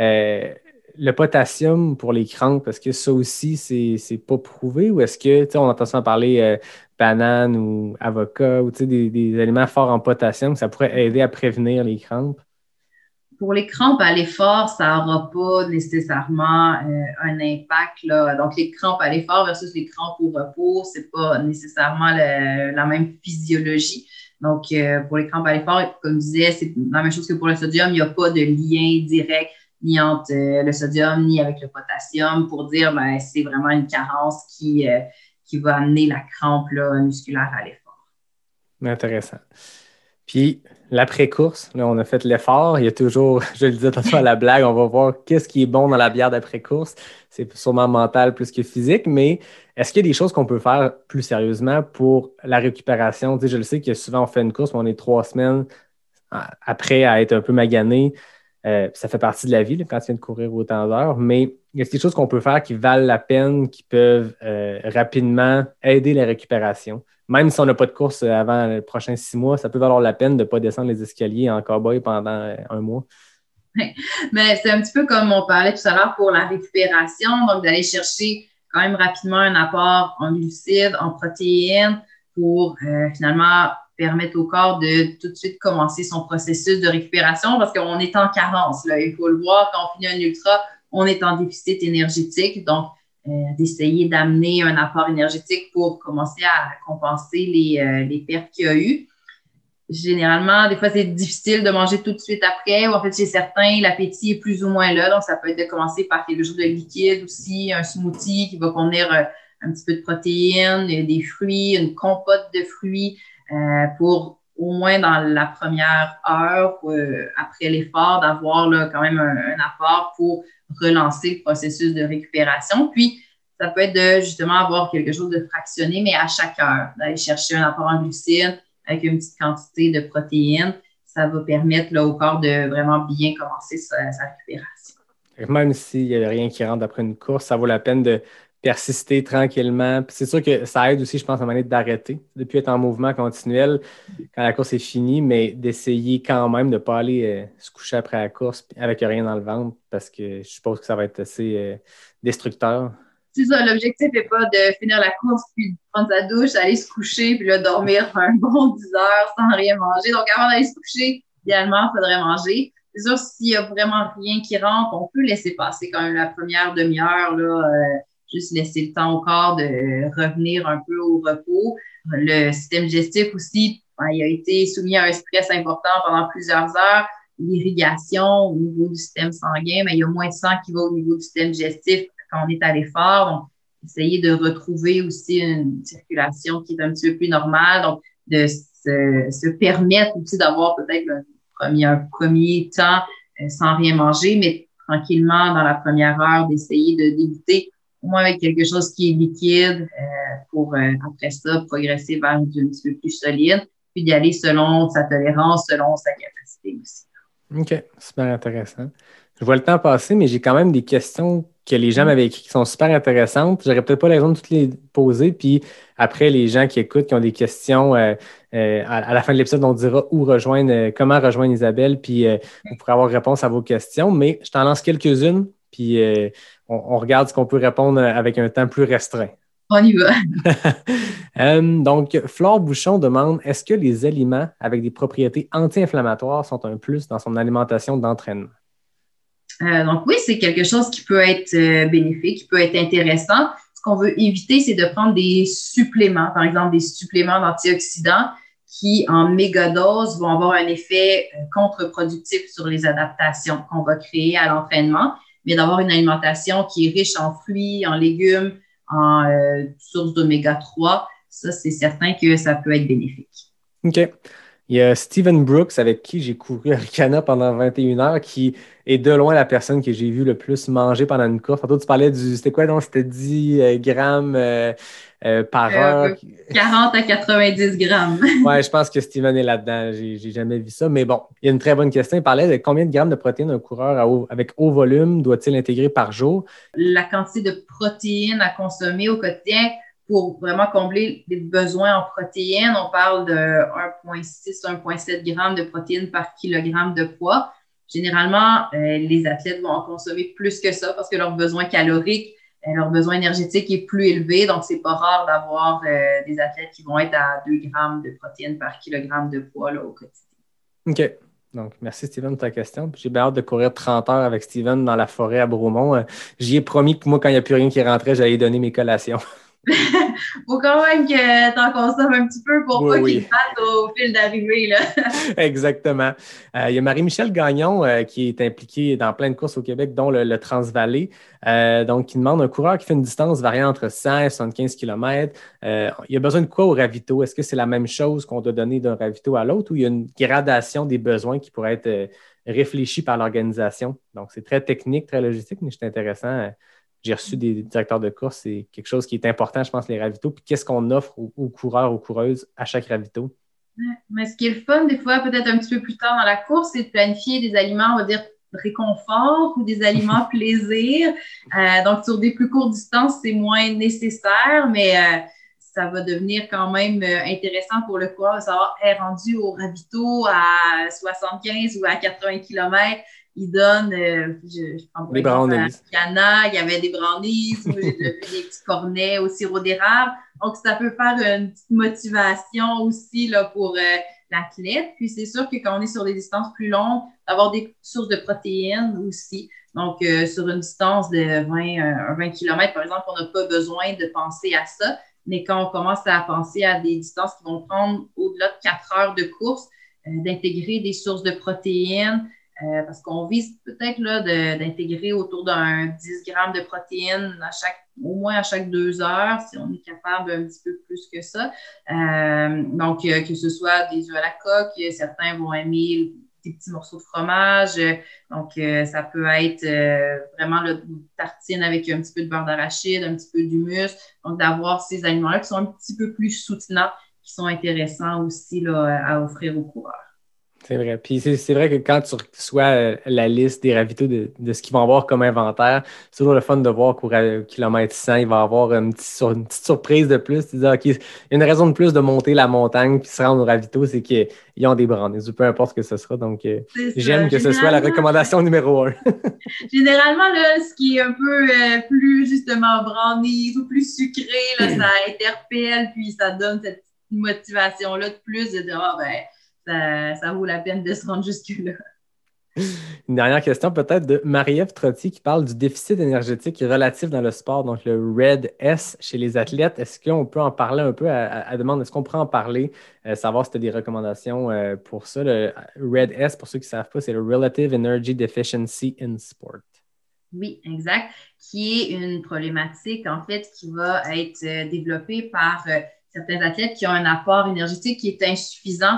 Speaker 4: le potassium pour les crampes, est-ce que ça aussi, c'est pas prouvé ou est-ce que, tu sais, on entend souvent parler banane ou avocat ou tu sais, des aliments forts en potassium, ça pourrait aider à prévenir les crampes?
Speaker 1: Pour les crampes à l'effort, ça n'aura pas nécessairement un impact. Là. Donc, les crampes à l'effort versus les crampes au repos, ce n'est pas nécessairement la même physiologie. Donc, pour les crampes à l'effort, comme je disais, c'est la même chose que pour le sodium. Il n'y a pas de lien direct ni entre le sodium ni avec le potassium pour dire ben c'est vraiment une carence qui va amener la crampe là, musculaire à l'effort.
Speaker 4: Intéressant. Puis, l'après-course, là, on a fait l'effort. Il y a toujours, je le disais tantôt à la blague, on va voir qu'est-ce qui est bon dans la bière d'après-course. C'est sûrement mental plus que physique, mais est-ce qu'il y a des choses qu'on peut faire plus sérieusement pour la récupération? Tu sais, je le sais que souvent, on fait une course, mais on est 3 semaines après à être un peu magané. Ça fait partie de la vie là, quand tu viens de courir autant d'heures, mais il y a des choses qu'on peut faire qui valent la peine, qui peuvent rapidement aider la récupération. Même si on n'a pas de course avant les prochains 6 mois, ça peut valoir la peine de ne pas descendre les escaliers en cow-boy pendant 1 mois.
Speaker 1: Mais c'est un petit peu comme on parlait tout à l'heure pour la récupération, donc d'aller chercher quand même rapidement un apport en glucides, en protéines pour finalement permettre au corps de tout de suite commencer son processus de récupération parce qu'on est en carence. Là. Il faut le voir, quand on finit un ultra, on est en déficit énergétique. Donc, d'essayer d'amener un apport énergétique pour commencer à compenser les pertes qu'il y a eu. Généralement, des fois, c'est difficile de manger tout de suite après ou en fait, chez certains, l'appétit est plus ou moins là. Donc, ça peut être de commencer par quelque chose de liquide aussi, un smoothie qui va contenir un petit peu de protéines, des fruits, une compote de fruits pour au moins dans la première heure après l'effort, d'avoir là, quand même un apport pour relancer le processus de récupération. Puis, ça peut être de justement avoir quelque chose de fractionné, mais à chaque heure, d'aller chercher un apport en glucides avec une petite quantité de protéines. Ça va permettre là, au corps de vraiment bien commencer sa récupération.
Speaker 4: Même s'il n'y a rien qui rentre après une course, ça vaut la peine de persister tranquillement. Puis c'est sûr que ça aide aussi, je pense, à un moment donné d'arrêter, de ne plus être en mouvement continuel quand la course est finie, mais d'essayer quand même de ne pas aller se coucher après la course avec rien dans le ventre parce que je suppose que ça va être assez destructeur.
Speaker 1: C'est ça, l'objectif n'est pas de finir la course puis de prendre sa douche, aller se coucher puis là, dormir un bon 10 heures sans rien manger. Donc, avant d'aller se coucher, idéalement, il faudrait manger. C'est sûr, s'il n'y a vraiment rien qui rentre, on peut laisser passer quand même la première demi-heure, là, juste laisser le temps au corps de revenir un peu au repos. Le système digestif aussi, il a été soumis à un stress important pendant plusieurs heures. L'irrigation au niveau du système sanguin, mais il y a moins de sang qui va au niveau du système digestif quand on est à l'effort. Donc, essayer de retrouver aussi une circulation qui est un petit peu plus normale. Donc, de se permettre aussi d'avoir peut-être une un premier temps sans rien manger, mais tranquillement, dans la première heure, d'essayer de débuter au moins avec quelque chose qui est liquide pour après ça progresser vers du un petit peu plus solide, puis d'y aller selon sa tolérance, selon sa capacité aussi.
Speaker 4: OK, super intéressant. Je vois le temps passer, mais j'ai quand même des questions que les gens m'avaient écrites qui sont super intéressantes. J'aurais peut-être pas raison de toutes les poser. Puis après, les gens qui écoutent, qui ont des questions, à la fin de l'épisode, on dira où rejoindre, comment rejoindre Isabelle, puis vous pourrez avoir réponse à vos questions. Mais je t'en lance quelques-unes, puis on regarde ce qu'on peut répondre avec un temps plus restreint.
Speaker 1: On y va.
Speaker 4: Donc, Flore Bouchon demande, est-ce que les aliments avec des propriétés anti-inflammatoires sont un plus dans son alimentation d'entraînement?
Speaker 1: Donc oui, c'est quelque chose qui peut être bénéfique, qui peut être intéressant. Ce qu'on veut éviter, c'est de prendre des suppléments, par exemple des suppléments d'antioxydants qui, en mégadose, vont avoir un effet contre-productif sur les adaptations qu'on va créer à l'entraînement, mais d'avoir une alimentation qui est riche en fruits, en légumes, en sources d'oméga 3, ça, c'est certain que ça peut être bénéfique.
Speaker 4: OK. Il y a Steven Brooks, avec qui j'ai couru à Ricana pendant 21 heures, qui est de loin la personne que j'ai vue le plus manger pendant une course. Tantôt, tu parlais c'était quoi donc? C'était 10 grammes par heure.
Speaker 1: 40 à 90 grammes.
Speaker 4: Ouais, je pense que Steven est là-dedans. J'ai jamais vu ça. Mais bon, il y a une très bonne question. Il parlait de combien de grammes de protéines un coureur avec haut volume doit-il intégrer par jour?
Speaker 1: La quantité de protéines à consommer au quotidien pour vraiment combler les besoins en protéines, on parle de 1,6-1,7 grammes de protéines par kilogramme de poids. Généralement, les athlètes vont en consommer plus que ça parce que leur besoin calorique, leur besoin énergétique est plus élevé. Donc, c'est pas rare d'avoir des athlètes qui vont être à 2 grammes de protéines par kilogramme de poids là, au quotidien.
Speaker 4: OK. Donc, merci Steven pour ta question. J'ai bien hâte de courir 30 heures avec Steven dans la forêt à Bromont. J'y ai promis que moi, quand il n'y a plus rien qui rentrait, j'allais donner mes collations.
Speaker 1: Faut quand même que tu en consommes un petit peu pour pas
Speaker 4: Oui.
Speaker 1: qu'il batte au fil d'arrivée, là.
Speaker 4: Exactement. Il y a Marie-Michel Gagnon qui est impliquée dans plein de courses au Québec, dont le Transvalley. Donc, qui demande un coureur qui fait une distance variant entre 100 et 75 km. Il a besoin de quoi au ravito? Est-ce que c'est la même chose qu'on doit donner d'un ravito à l'autre ou il y a une gradation des besoins qui pourrait être réfléchie par l'organisation? Donc, c'est très technique, très logistique, mais c'est intéressant. J'ai reçu des directeurs de course, c'est quelque chose qui est important, je pense, les ravitaux. Puis qu'est-ce qu'on offre aux coureurs, aux coureuses à chaque ravito?
Speaker 1: Mais ce qui est le fun, des fois, peut-être un petit peu plus tard dans la course, c'est de planifier des aliments, on va dire, réconfort ou des aliments plaisir. Donc, sur des plus courtes distances, c'est moins nécessaire, mais ça va devenir quand même intéressant pour le coureur de savoir, rendu au ravito à 75 ou à 80 km, il donne, je prends
Speaker 4: des brownies.
Speaker 1: Cana, il y avait des brownies, ou j'ai vu des petits cornets au sirop d'érable. Donc, ça peut faire une petite motivation aussi là, pour l'athlète. Puis, c'est sûr que quand on est sur des distances plus longues, d'avoir des sources de protéines aussi. Donc, sur une distance de 20 km, par exemple, on n'a pas besoin de penser à ça. Mais quand on commence à penser à des distances qui vont prendre au-delà de 4 heures de course, d'intégrer des sources de protéines, parce qu'on vise peut-être là, d'intégrer autour d'un 10 grammes de protéines au moins à chaque 2 heures, si on est capable un petit peu plus que ça. Donc, que ce soit des œufs à la coque, certains vont aimer des petits morceaux de fromage. Donc, ça peut être vraiment une tartine avec un petit peu de beurre d'arachide, un petit peu d'humus. Donc, d'avoir ces aliments-là qui sont un petit peu plus soutenants, qui sont intéressants aussi là, à offrir aux coureurs.
Speaker 4: C'est vrai. Puis c'est vrai que quand tu reçois la liste des ravitaux de ce qu'ils vont avoir comme inventaire, c'est toujours le fun de voir qu'au kilomètre 100, il va y avoir une petite surprise de plus. Tu dis, OK, il y a une raison de plus de monter la montagne puis se rendre au ravito, c'est qu'ils ont des brownies, ou peu importe ce que ce sera. Donc, j'aime que ce soit la recommandation numéro 1.
Speaker 1: Généralement, là, ce qui est un peu plus, justement, brownies ou plus sucré, là, ça interpelle puis ça donne cette motivation-là de plus de dire, ça vaut la peine de se rendre jusque-là.
Speaker 4: Une dernière question peut-être de Marie-Ève Trottier qui parle du déficit énergétique relatif dans le sport, donc le RED-S chez les athlètes. Est-ce qu'on peut en parler un peu à demande? Est-ce qu'on pourrait en parler, savoir si tu as des recommandations pour ça? Le RED-S, pour ceux qui ne savent pas, c'est le Relative Energy Deficiency in Sport.
Speaker 1: Oui, exact. Qui est une problématique, en fait, qui va être développée par certains athlètes qui ont un apport énergétique qui est insuffisant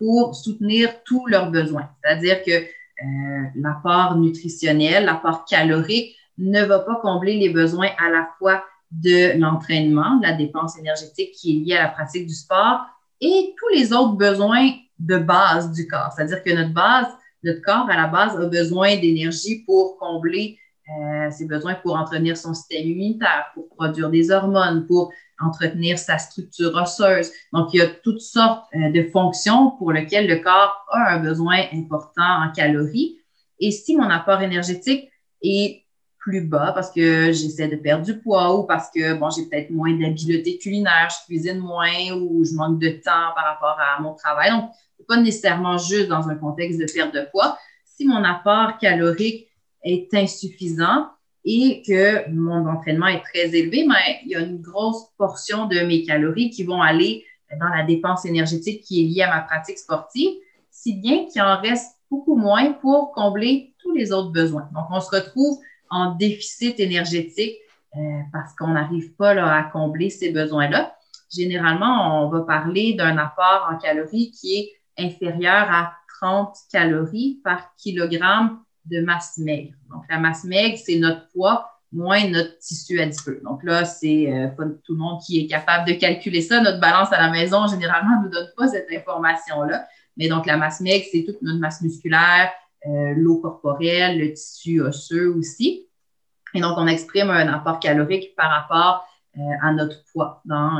Speaker 1: pour soutenir tous leurs besoins. C'est-à-dire que l'apport nutritionnel, l'apport calorique ne va pas combler les besoins à la fois de l'entraînement, de la dépense énergétique qui est liée à la pratique du sport et tous les autres besoins de base du corps. C'est-à-dire que notre corps, à la base, a besoin d'énergie pour combler ses besoins pour entretenir son système immunitaire, pour produire des hormones, pour entretenir sa structure osseuse. Donc, il y a toutes sortes de fonctions pour lesquelles le corps a un besoin important en calories. Et si mon apport énergétique est plus bas parce que j'essaie de perdre du poids ou parce que, bon, j'ai peut-être moins d'habileté culinaire, je cuisine moins ou je manque de temps par rapport à mon travail. Donc, c'est pas nécessairement juste dans un contexte de perte de poids. Si mon apport calorique est insuffisant et que mon entraînement est très élevé, mais il y a une grosse portion de mes calories qui vont aller dans la dépense énergétique qui est liée à ma pratique sportive, si bien qu'il en reste beaucoup moins pour combler tous les autres besoins. Donc, on se retrouve en déficit énergétique parce qu'on n'arrive pas là, à combler ces besoins-là. Généralement, on va parler d'un apport en calories qui est inférieur à 30 calories par kilogramme de masse maigre. Donc, la masse maigre, c'est notre poids moins notre tissu adipeux. Donc là, c'est pas tout le monde qui est capable de calculer ça. Notre balance à la maison, généralement, ne nous donne pas cette information-là. Mais donc, la masse maigre, c'est toute notre masse musculaire, l'eau corporelle, le tissu osseux aussi. Et donc, on exprime un apport calorique par rapport à notre poids dans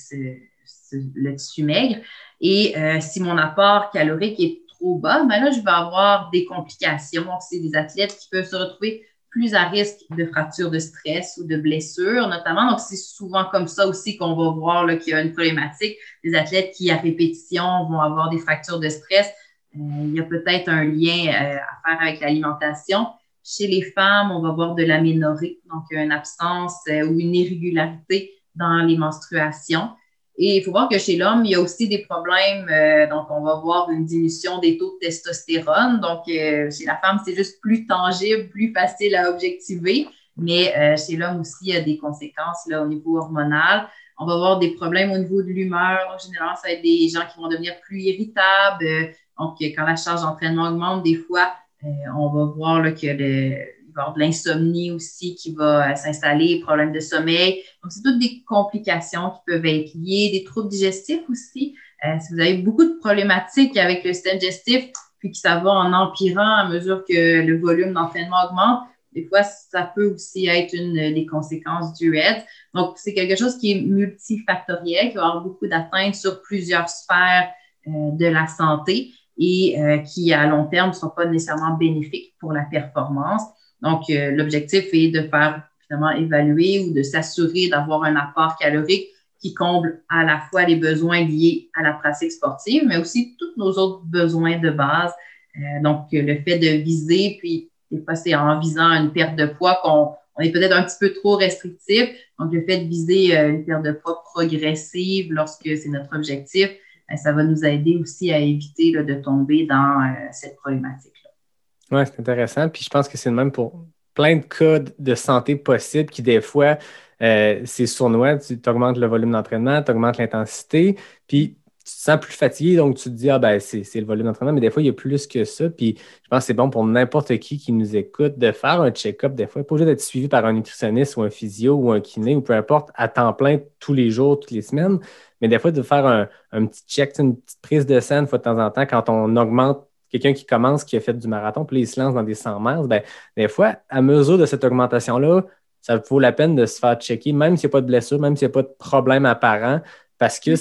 Speaker 1: le tissu maigre. Et si mon apport calorique est trop bas, ben là, je vais avoir des complications. Donc, c'est des athlètes qui peuvent se retrouver plus à risque de fractures de stress ou de blessures, notamment. Donc, c'est souvent comme ça aussi qu'on va voir là, qu'il y a une problématique. Des athlètes qui, à répétition, vont avoir des fractures de stress. Il y a peut-être un lien à faire avec l'alimentation. Chez les femmes, on va voir de l'aménorrhée, donc une absence ou une irrégularité dans les menstruations. Et il faut voir que chez l'homme, il y a aussi des problèmes. Donc, on va voir une diminution des taux de testostérone. Donc, chez la femme, c'est juste plus tangible, plus facile à objectiver. Mais chez l'homme aussi, il y a des conséquences là, au niveau hormonal. On va avoir des problèmes au niveau de l'humeur. Donc, généralement, ça va être des gens qui vont devenir plus irritables. Donc, quand la charge d'entraînement augmente, des fois, on va voir là, qu'il y a il va y avoir de l'insomnie aussi qui va s'installer, problèmes de sommeil. Donc, c'est toutes des complications qui peuvent être liées, des troubles digestifs aussi. Si vous avez beaucoup de problématiques avec le système digestif, puis que ça va en empirant à mesure que le volume d'entraînement augmente, des fois, ça peut aussi être une des conséquences du RED. Donc, c'est quelque chose qui est multifactoriel, qui va avoir beaucoup d'atteintes sur plusieurs sphères de la santé et qui, à long terme, ne sera pas nécessairement bénéfique pour la performance. Donc, l'objectif est de faire finalement évaluer ou de s'assurer d'avoir un apport calorique qui comble à la fois les besoins liés à la pratique sportive, mais aussi tous nos autres besoins de base. Donc, le fait de viser, puis des fois, c'est en visant une perte de poids qu'on est peut-être un petit peu trop restrictif. Donc, le fait de viser une perte de poids progressive lorsque c'est notre objectif, ça va nous aider aussi à éviter là, de tomber dans cette problématique-là.
Speaker 4: Oui, c'est intéressant. Puis je pense que c'est le même pour plein de cas de santé possibles qui, des fois, c'est sournois. Tu augmentes le volume d'entraînement, tu augmentes l'intensité, puis tu te sens plus fatigué, donc tu te dis, ah ben c'est le volume d'entraînement, mais des fois, il y a plus que ça. Puis je pense que c'est bon pour n'importe qui nous écoute de faire un check-up des fois. Pas obligé d'être suivi par un nutritionniste ou un physio ou un kiné ou peu importe, à temps plein tous les jours, toutes les semaines. Mais des fois, de faire un petit check, une petite prise de sang une fois de temps en temps quand on augmente. Quelqu'un qui commence, qui a fait du marathon, puis là, il se lance dans des 100 mètres, ben, des fois, à mesure de cette augmentation-là, ça vaut la peine de se faire checker, même s'il n'y a pas de blessure, même s'il n'y a pas de problème apparent, parce que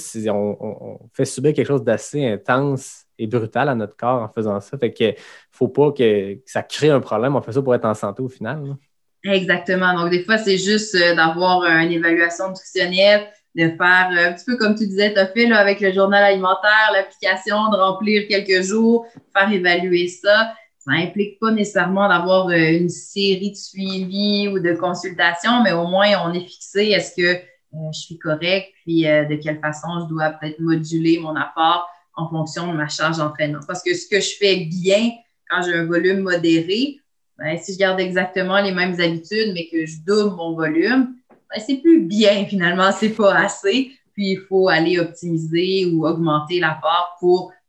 Speaker 4: on fait subir quelque chose d'assez intense et brutal à notre corps en faisant ça. Fait que faut pas que ça crée un problème. On fait ça pour être en santé au final. Là.
Speaker 1: Exactement. Donc, des fois, c'est juste d'avoir une évaluation nutritionnelle, de faire un petit peu comme tu disais, tu as fait là, avec le journal alimentaire, l'application, de remplir quelques jours, faire évaluer ça. Ça n'implique pas nécessairement d'avoir une série de suivis ou de consultations, mais au moins, on est fixé. Est-ce que je suis correct? Puis, de quelle façon je dois peut-être moduler mon apport en fonction de ma charge d'entraînement? Parce que ce que je fais bien quand j'ai un volume modéré, ben, si je garde exactement les mêmes habitudes, mais que je double mon volume, ben, c'est plus bien finalement, c'est pas assez. Puis, il faut aller optimiser ou augmenter l'apport pour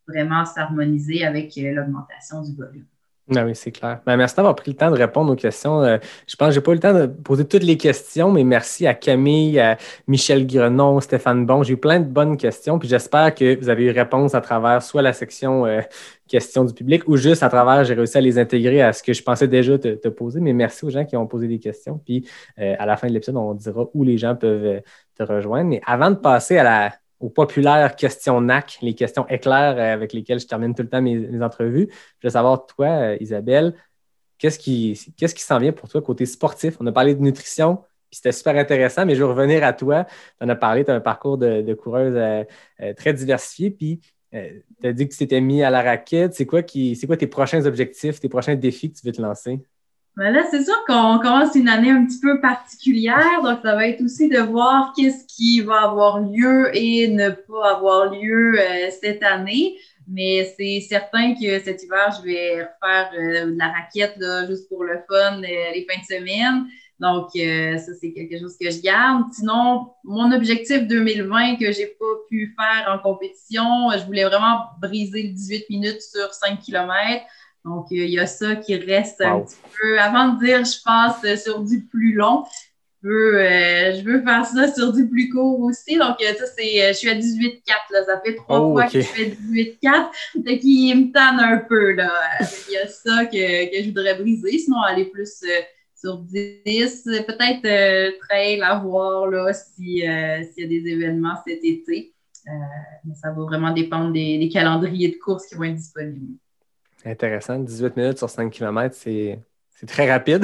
Speaker 1: vraiment s'harmoniser avec l'augmentation du volume.
Speaker 4: Ah oui, c'est clair. Ben, merci d'avoir pris le temps de répondre aux questions. Je pense que je n'ai pas eu le temps de poser toutes les questions, mais merci à Camille, à Michel Grenon, Stéphane Bon. J'ai eu plein de bonnes questions, puis j'espère que vous avez eu réponse à travers soit la section questions du public ou juste à travers, j'ai réussi à les intégrer à ce que je pensais déjà te poser. Mais merci aux gens qui ont posé des questions. Puis à la fin de l'épisode, on dira où les gens peuvent te rejoindre. Mais avant de passer aux populaires questions NAC, les questions éclairs avec lesquelles je termine tout le temps mes entrevues. Je veux savoir, toi, Isabelle, qu'est-ce qui s'en vient pour toi côté sportif? On a parlé de nutrition, puis c'était super intéressant, mais je veux revenir à toi. Tu en as parlé, tu as un parcours de coureuse très diversifié, puis tu as dit que tu t'étais mis à la raquette. C'est quoi tes prochains objectifs, tes prochains défis que tu veux te lancer?
Speaker 1: Ben là, c'est sûr qu'on commence une année un petit peu particulière, donc ça va être aussi de voir qu'est-ce qui va avoir lieu et ne pas avoir lieu cette année. Mais c'est certain que cet hiver, je vais refaire de la raquette là, juste pour le fun les fins de semaine. Donc, ça, c'est quelque chose que je garde. Sinon, mon objectif 2020 que j'ai pas pu faire en compétition, je voulais vraiment briser le 18 minutes sur 5 km. Donc, il y a ça qui reste un petit peu. Avant de dire je passe sur du plus long, je veux faire ça sur du plus court aussi. Donc, ça, je suis à 18,4. Là. Ça fait 3 fois que je fais 18,4. Donc, il me tanne un peu. Là. Il y a ça que je voudrais briser. Sinon, aller plus sur 10. Peut-être trail à voir là, s'il y a des événements cet été. Mais ça va vraiment dépendre des calendriers de courses qui vont être disponibles.
Speaker 4: Intéressant. 18 minutes sur 5 km, c'est très rapide.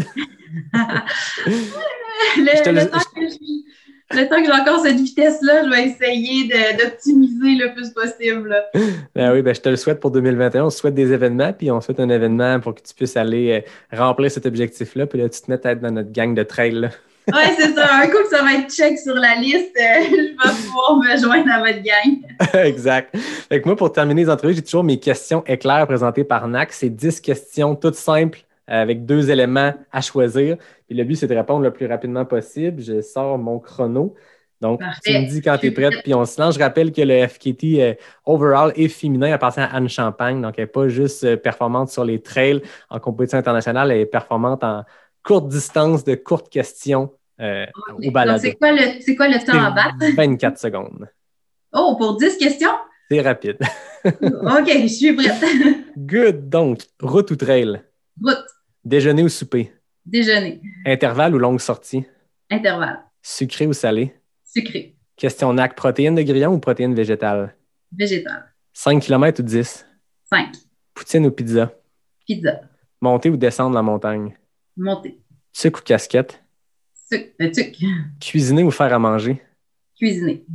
Speaker 1: Le temps que j'ai encore cette vitesse-là, je vais essayer d'optimiser le plus possible.
Speaker 4: Ben oui, je te le souhaite pour 2021. On se souhaite des événements, puis on souhaite un événement pour que tu puisses aller remplir cet objectif-là, puis là, tu te mettes à être dans notre gang de trail.
Speaker 1: Oui, c'est ça. Un coup que ça va être check sur la liste, je vais pouvoir me joindre à votre gang.
Speaker 4: Exact. Fait que moi, pour terminer les entrevues, j'ai toujours mes questions éclairs présentées par NAC. C'est 10 questions toutes simples avec 2 éléments à choisir. Puis le but, c'est de répondre le plus rapidement possible. Je sors mon chrono. Donc,
Speaker 1: parfait.
Speaker 4: Tu me dis quand tu es prête, puis on se lance. Je rappelle que le FKT overall est féminin en passant à Anne Champagne. Donc, elle n'est pas juste performante sur les trails en compétition internationale, elle est performante en courte distance de courtes questions au balado.
Speaker 1: Donc, c'est quoi le temps à battre?
Speaker 4: 24 secondes.
Speaker 1: Oh, pour 10 questions?
Speaker 4: C'est rapide.
Speaker 1: OK, je suis prête.
Speaker 4: Good. Donc, route ou trail?
Speaker 1: Route.
Speaker 4: Déjeuner ou souper?
Speaker 1: Déjeuner.
Speaker 4: Intervalle ou longue sortie?
Speaker 1: Intervalle.
Speaker 4: Sucré ou salé?
Speaker 1: Sucré.
Speaker 4: Question NAC, protéines de grillon ou protéines végétales?
Speaker 1: Végétale.
Speaker 4: 5 km ou 10?
Speaker 1: 5.
Speaker 4: Poutine ou pizza?
Speaker 1: Pizza.
Speaker 4: Monter ou descendre la montagne?
Speaker 1: Monter.
Speaker 4: Sucre ou casquette?
Speaker 1: Sucre.
Speaker 4: Cuisiner ou faire à manger?
Speaker 1: Cuisiner.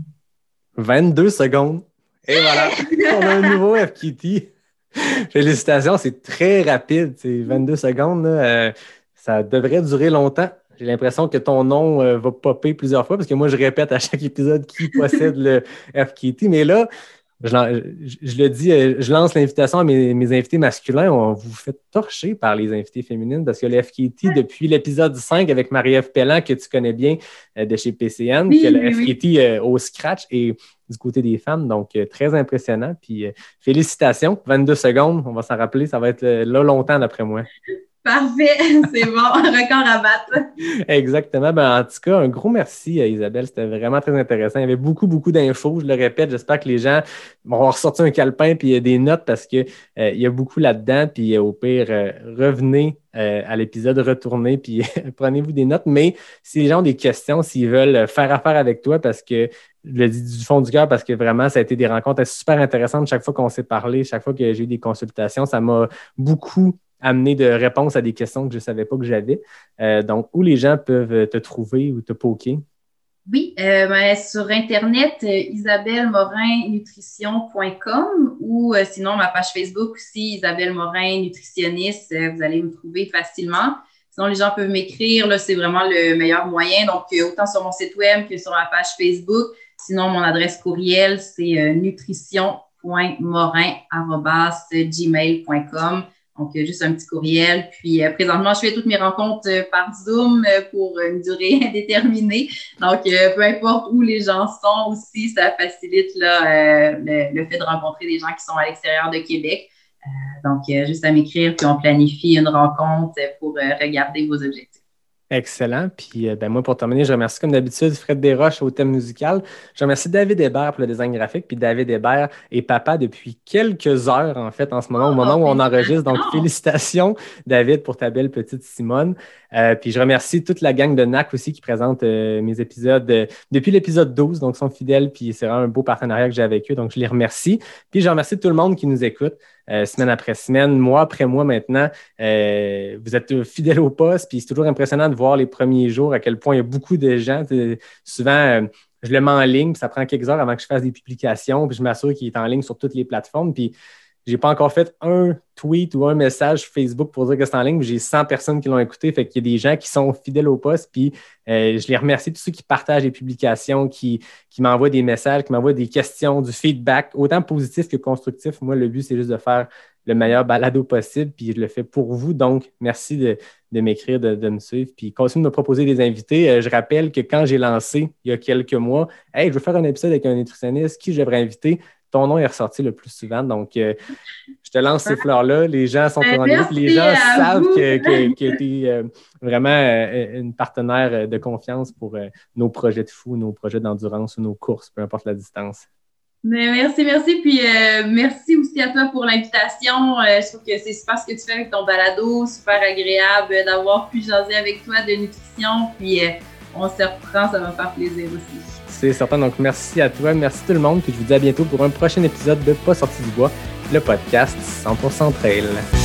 Speaker 4: 22 secondes. Et voilà, on a un nouveau FKT. Félicitations, c'est très rapide. C'est 22 secondes. Là. Ça devrait durer longtemps. J'ai l'impression que ton nom va popper plusieurs fois parce que moi, je répète à chaque épisode qui possède le FKT. Mais là, je le dis, je lance l'invitation à mes invités masculins. On vous fait torcher par les invités féminines parce que le FKT, depuis l'épisode 5 avec Marie-Ève Pellan, que tu connais bien de chez PCN,
Speaker 1: oui,
Speaker 4: que le
Speaker 1: oui,
Speaker 4: FKT au scratch est du côté des femmes. Donc, très impressionnant. Puis, félicitations. 22 secondes, on va s'en rappeler. Ça va être là longtemps d'après moi.
Speaker 1: Parfait, c'est bon, record à battre.
Speaker 4: Exactement. En tout cas, un gros merci, Isabelle. C'était vraiment très intéressant. Il y avait beaucoup, beaucoup d'infos. Je le répète, j'espère que les gens vont ressortir un calepin et des notes parce qu'il y a beaucoup là-dedans. Puis au pire, revenez à l'épisode, retournez puis prenez-vous des notes. Mais si les gens ont des questions, s'ils veulent faire affaire avec toi, parce que je le dis du fond du cœur, parce que vraiment, ça a été des rencontres super intéressantes chaque fois qu'on s'est parlé, chaque fois que j'ai eu des consultations. Ça m'a beaucoup amener de réponses à des questions que je ne savais pas que j'avais. Donc, où les gens peuvent te trouver ou te poker?
Speaker 1: Oui, sur Internet, isabellemorinnutrition.com ou sinon ma page Facebook aussi, Isabelle Morin, nutritionniste, vous allez me trouver facilement. Sinon, les gens peuvent m'écrire, là, c'est vraiment le meilleur moyen. Donc, autant sur mon site web que sur ma page Facebook. Sinon, mon adresse courriel, c'est nutrition.morin@gmail.com. Donc, juste un petit courriel. Puis, présentement, je fais toutes mes rencontres par Zoom pour une durée indéterminée. Donc, peu importe où les gens sont aussi, ça facilite là, le fait de rencontrer des gens qui sont à l'extérieur de Québec. Donc, juste à m'écrire, puis on planifie une rencontre pour regarder vos objectifs.
Speaker 4: Excellent. Puis moi, pour terminer, je remercie comme d'habitude Fred Desroches au thème musical. Je remercie David Hébert pour le design graphique. Puis David Hébert est papa depuis quelques heures, en fait, en ce moment, au moment où on enregistre. Donc, félicitations, David, pour ta belle petite Simone. Puis je remercie toute la gang de NAC aussi qui présente mes épisodes depuis l'épisode 12. Donc, ils sont fidèles. Puis c'est vraiment un beau partenariat que j'ai avec eux. Donc, je les remercie. Puis je remercie tout le monde qui nous écoute. Semaine après semaine, mois après mois maintenant, vous êtes fidèles au poste, puis c'est toujours impressionnant de voir les premiers jours à quel point il y a beaucoup de gens. Souvent, je le mets en ligne, puis ça prend quelques heures avant que je fasse des publications, puis je m'assure qu'il est en ligne sur toutes les plateformes, puis je n'ai pas encore fait un tweet ou un message Facebook pour dire que c'est en ligne, puis j'ai 100 personnes qui l'ont écouté, fait qu'il y a des gens qui sont fidèles au poste, puis je les remercie, tous ceux qui partagent les publications, qui m'envoient des messages, qui m'envoient des questions, du feedback, autant positif que constructif. Moi, le but, c'est juste de faire le meilleur balado possible, puis je le fais pour vous. Donc, merci de m'écrire, de me suivre, puis continuez de me proposer des invités. Je rappelle que quand j'ai lancé, il y a quelques mois, « Hey, je veux faire un épisode avec un nutritionniste, qui je devrais inviter? » Ton nom est ressorti le plus souvent. Donc, je te lance ces fleurs-là. Les gens sont au rendez-vous. Les gens savent que tu es vraiment une partenaire de confiance pour nos projets de fou, nos projets d'endurance ou nos courses, peu importe la distance.
Speaker 1: Mais merci. Puis merci aussi à toi pour l'invitation. Je trouve que c'est super ce que tu fais avec ton balado, super agréable d'avoir pu jaser avec toi de nutrition. Puis on se reprend, ça va me faire plaisir aussi.
Speaker 4: C'est certain. Donc, merci à toi. Merci tout le monde. Puis je vous dis à bientôt pour un prochain épisode de Pas sorti du bois, le podcast 100% Trail.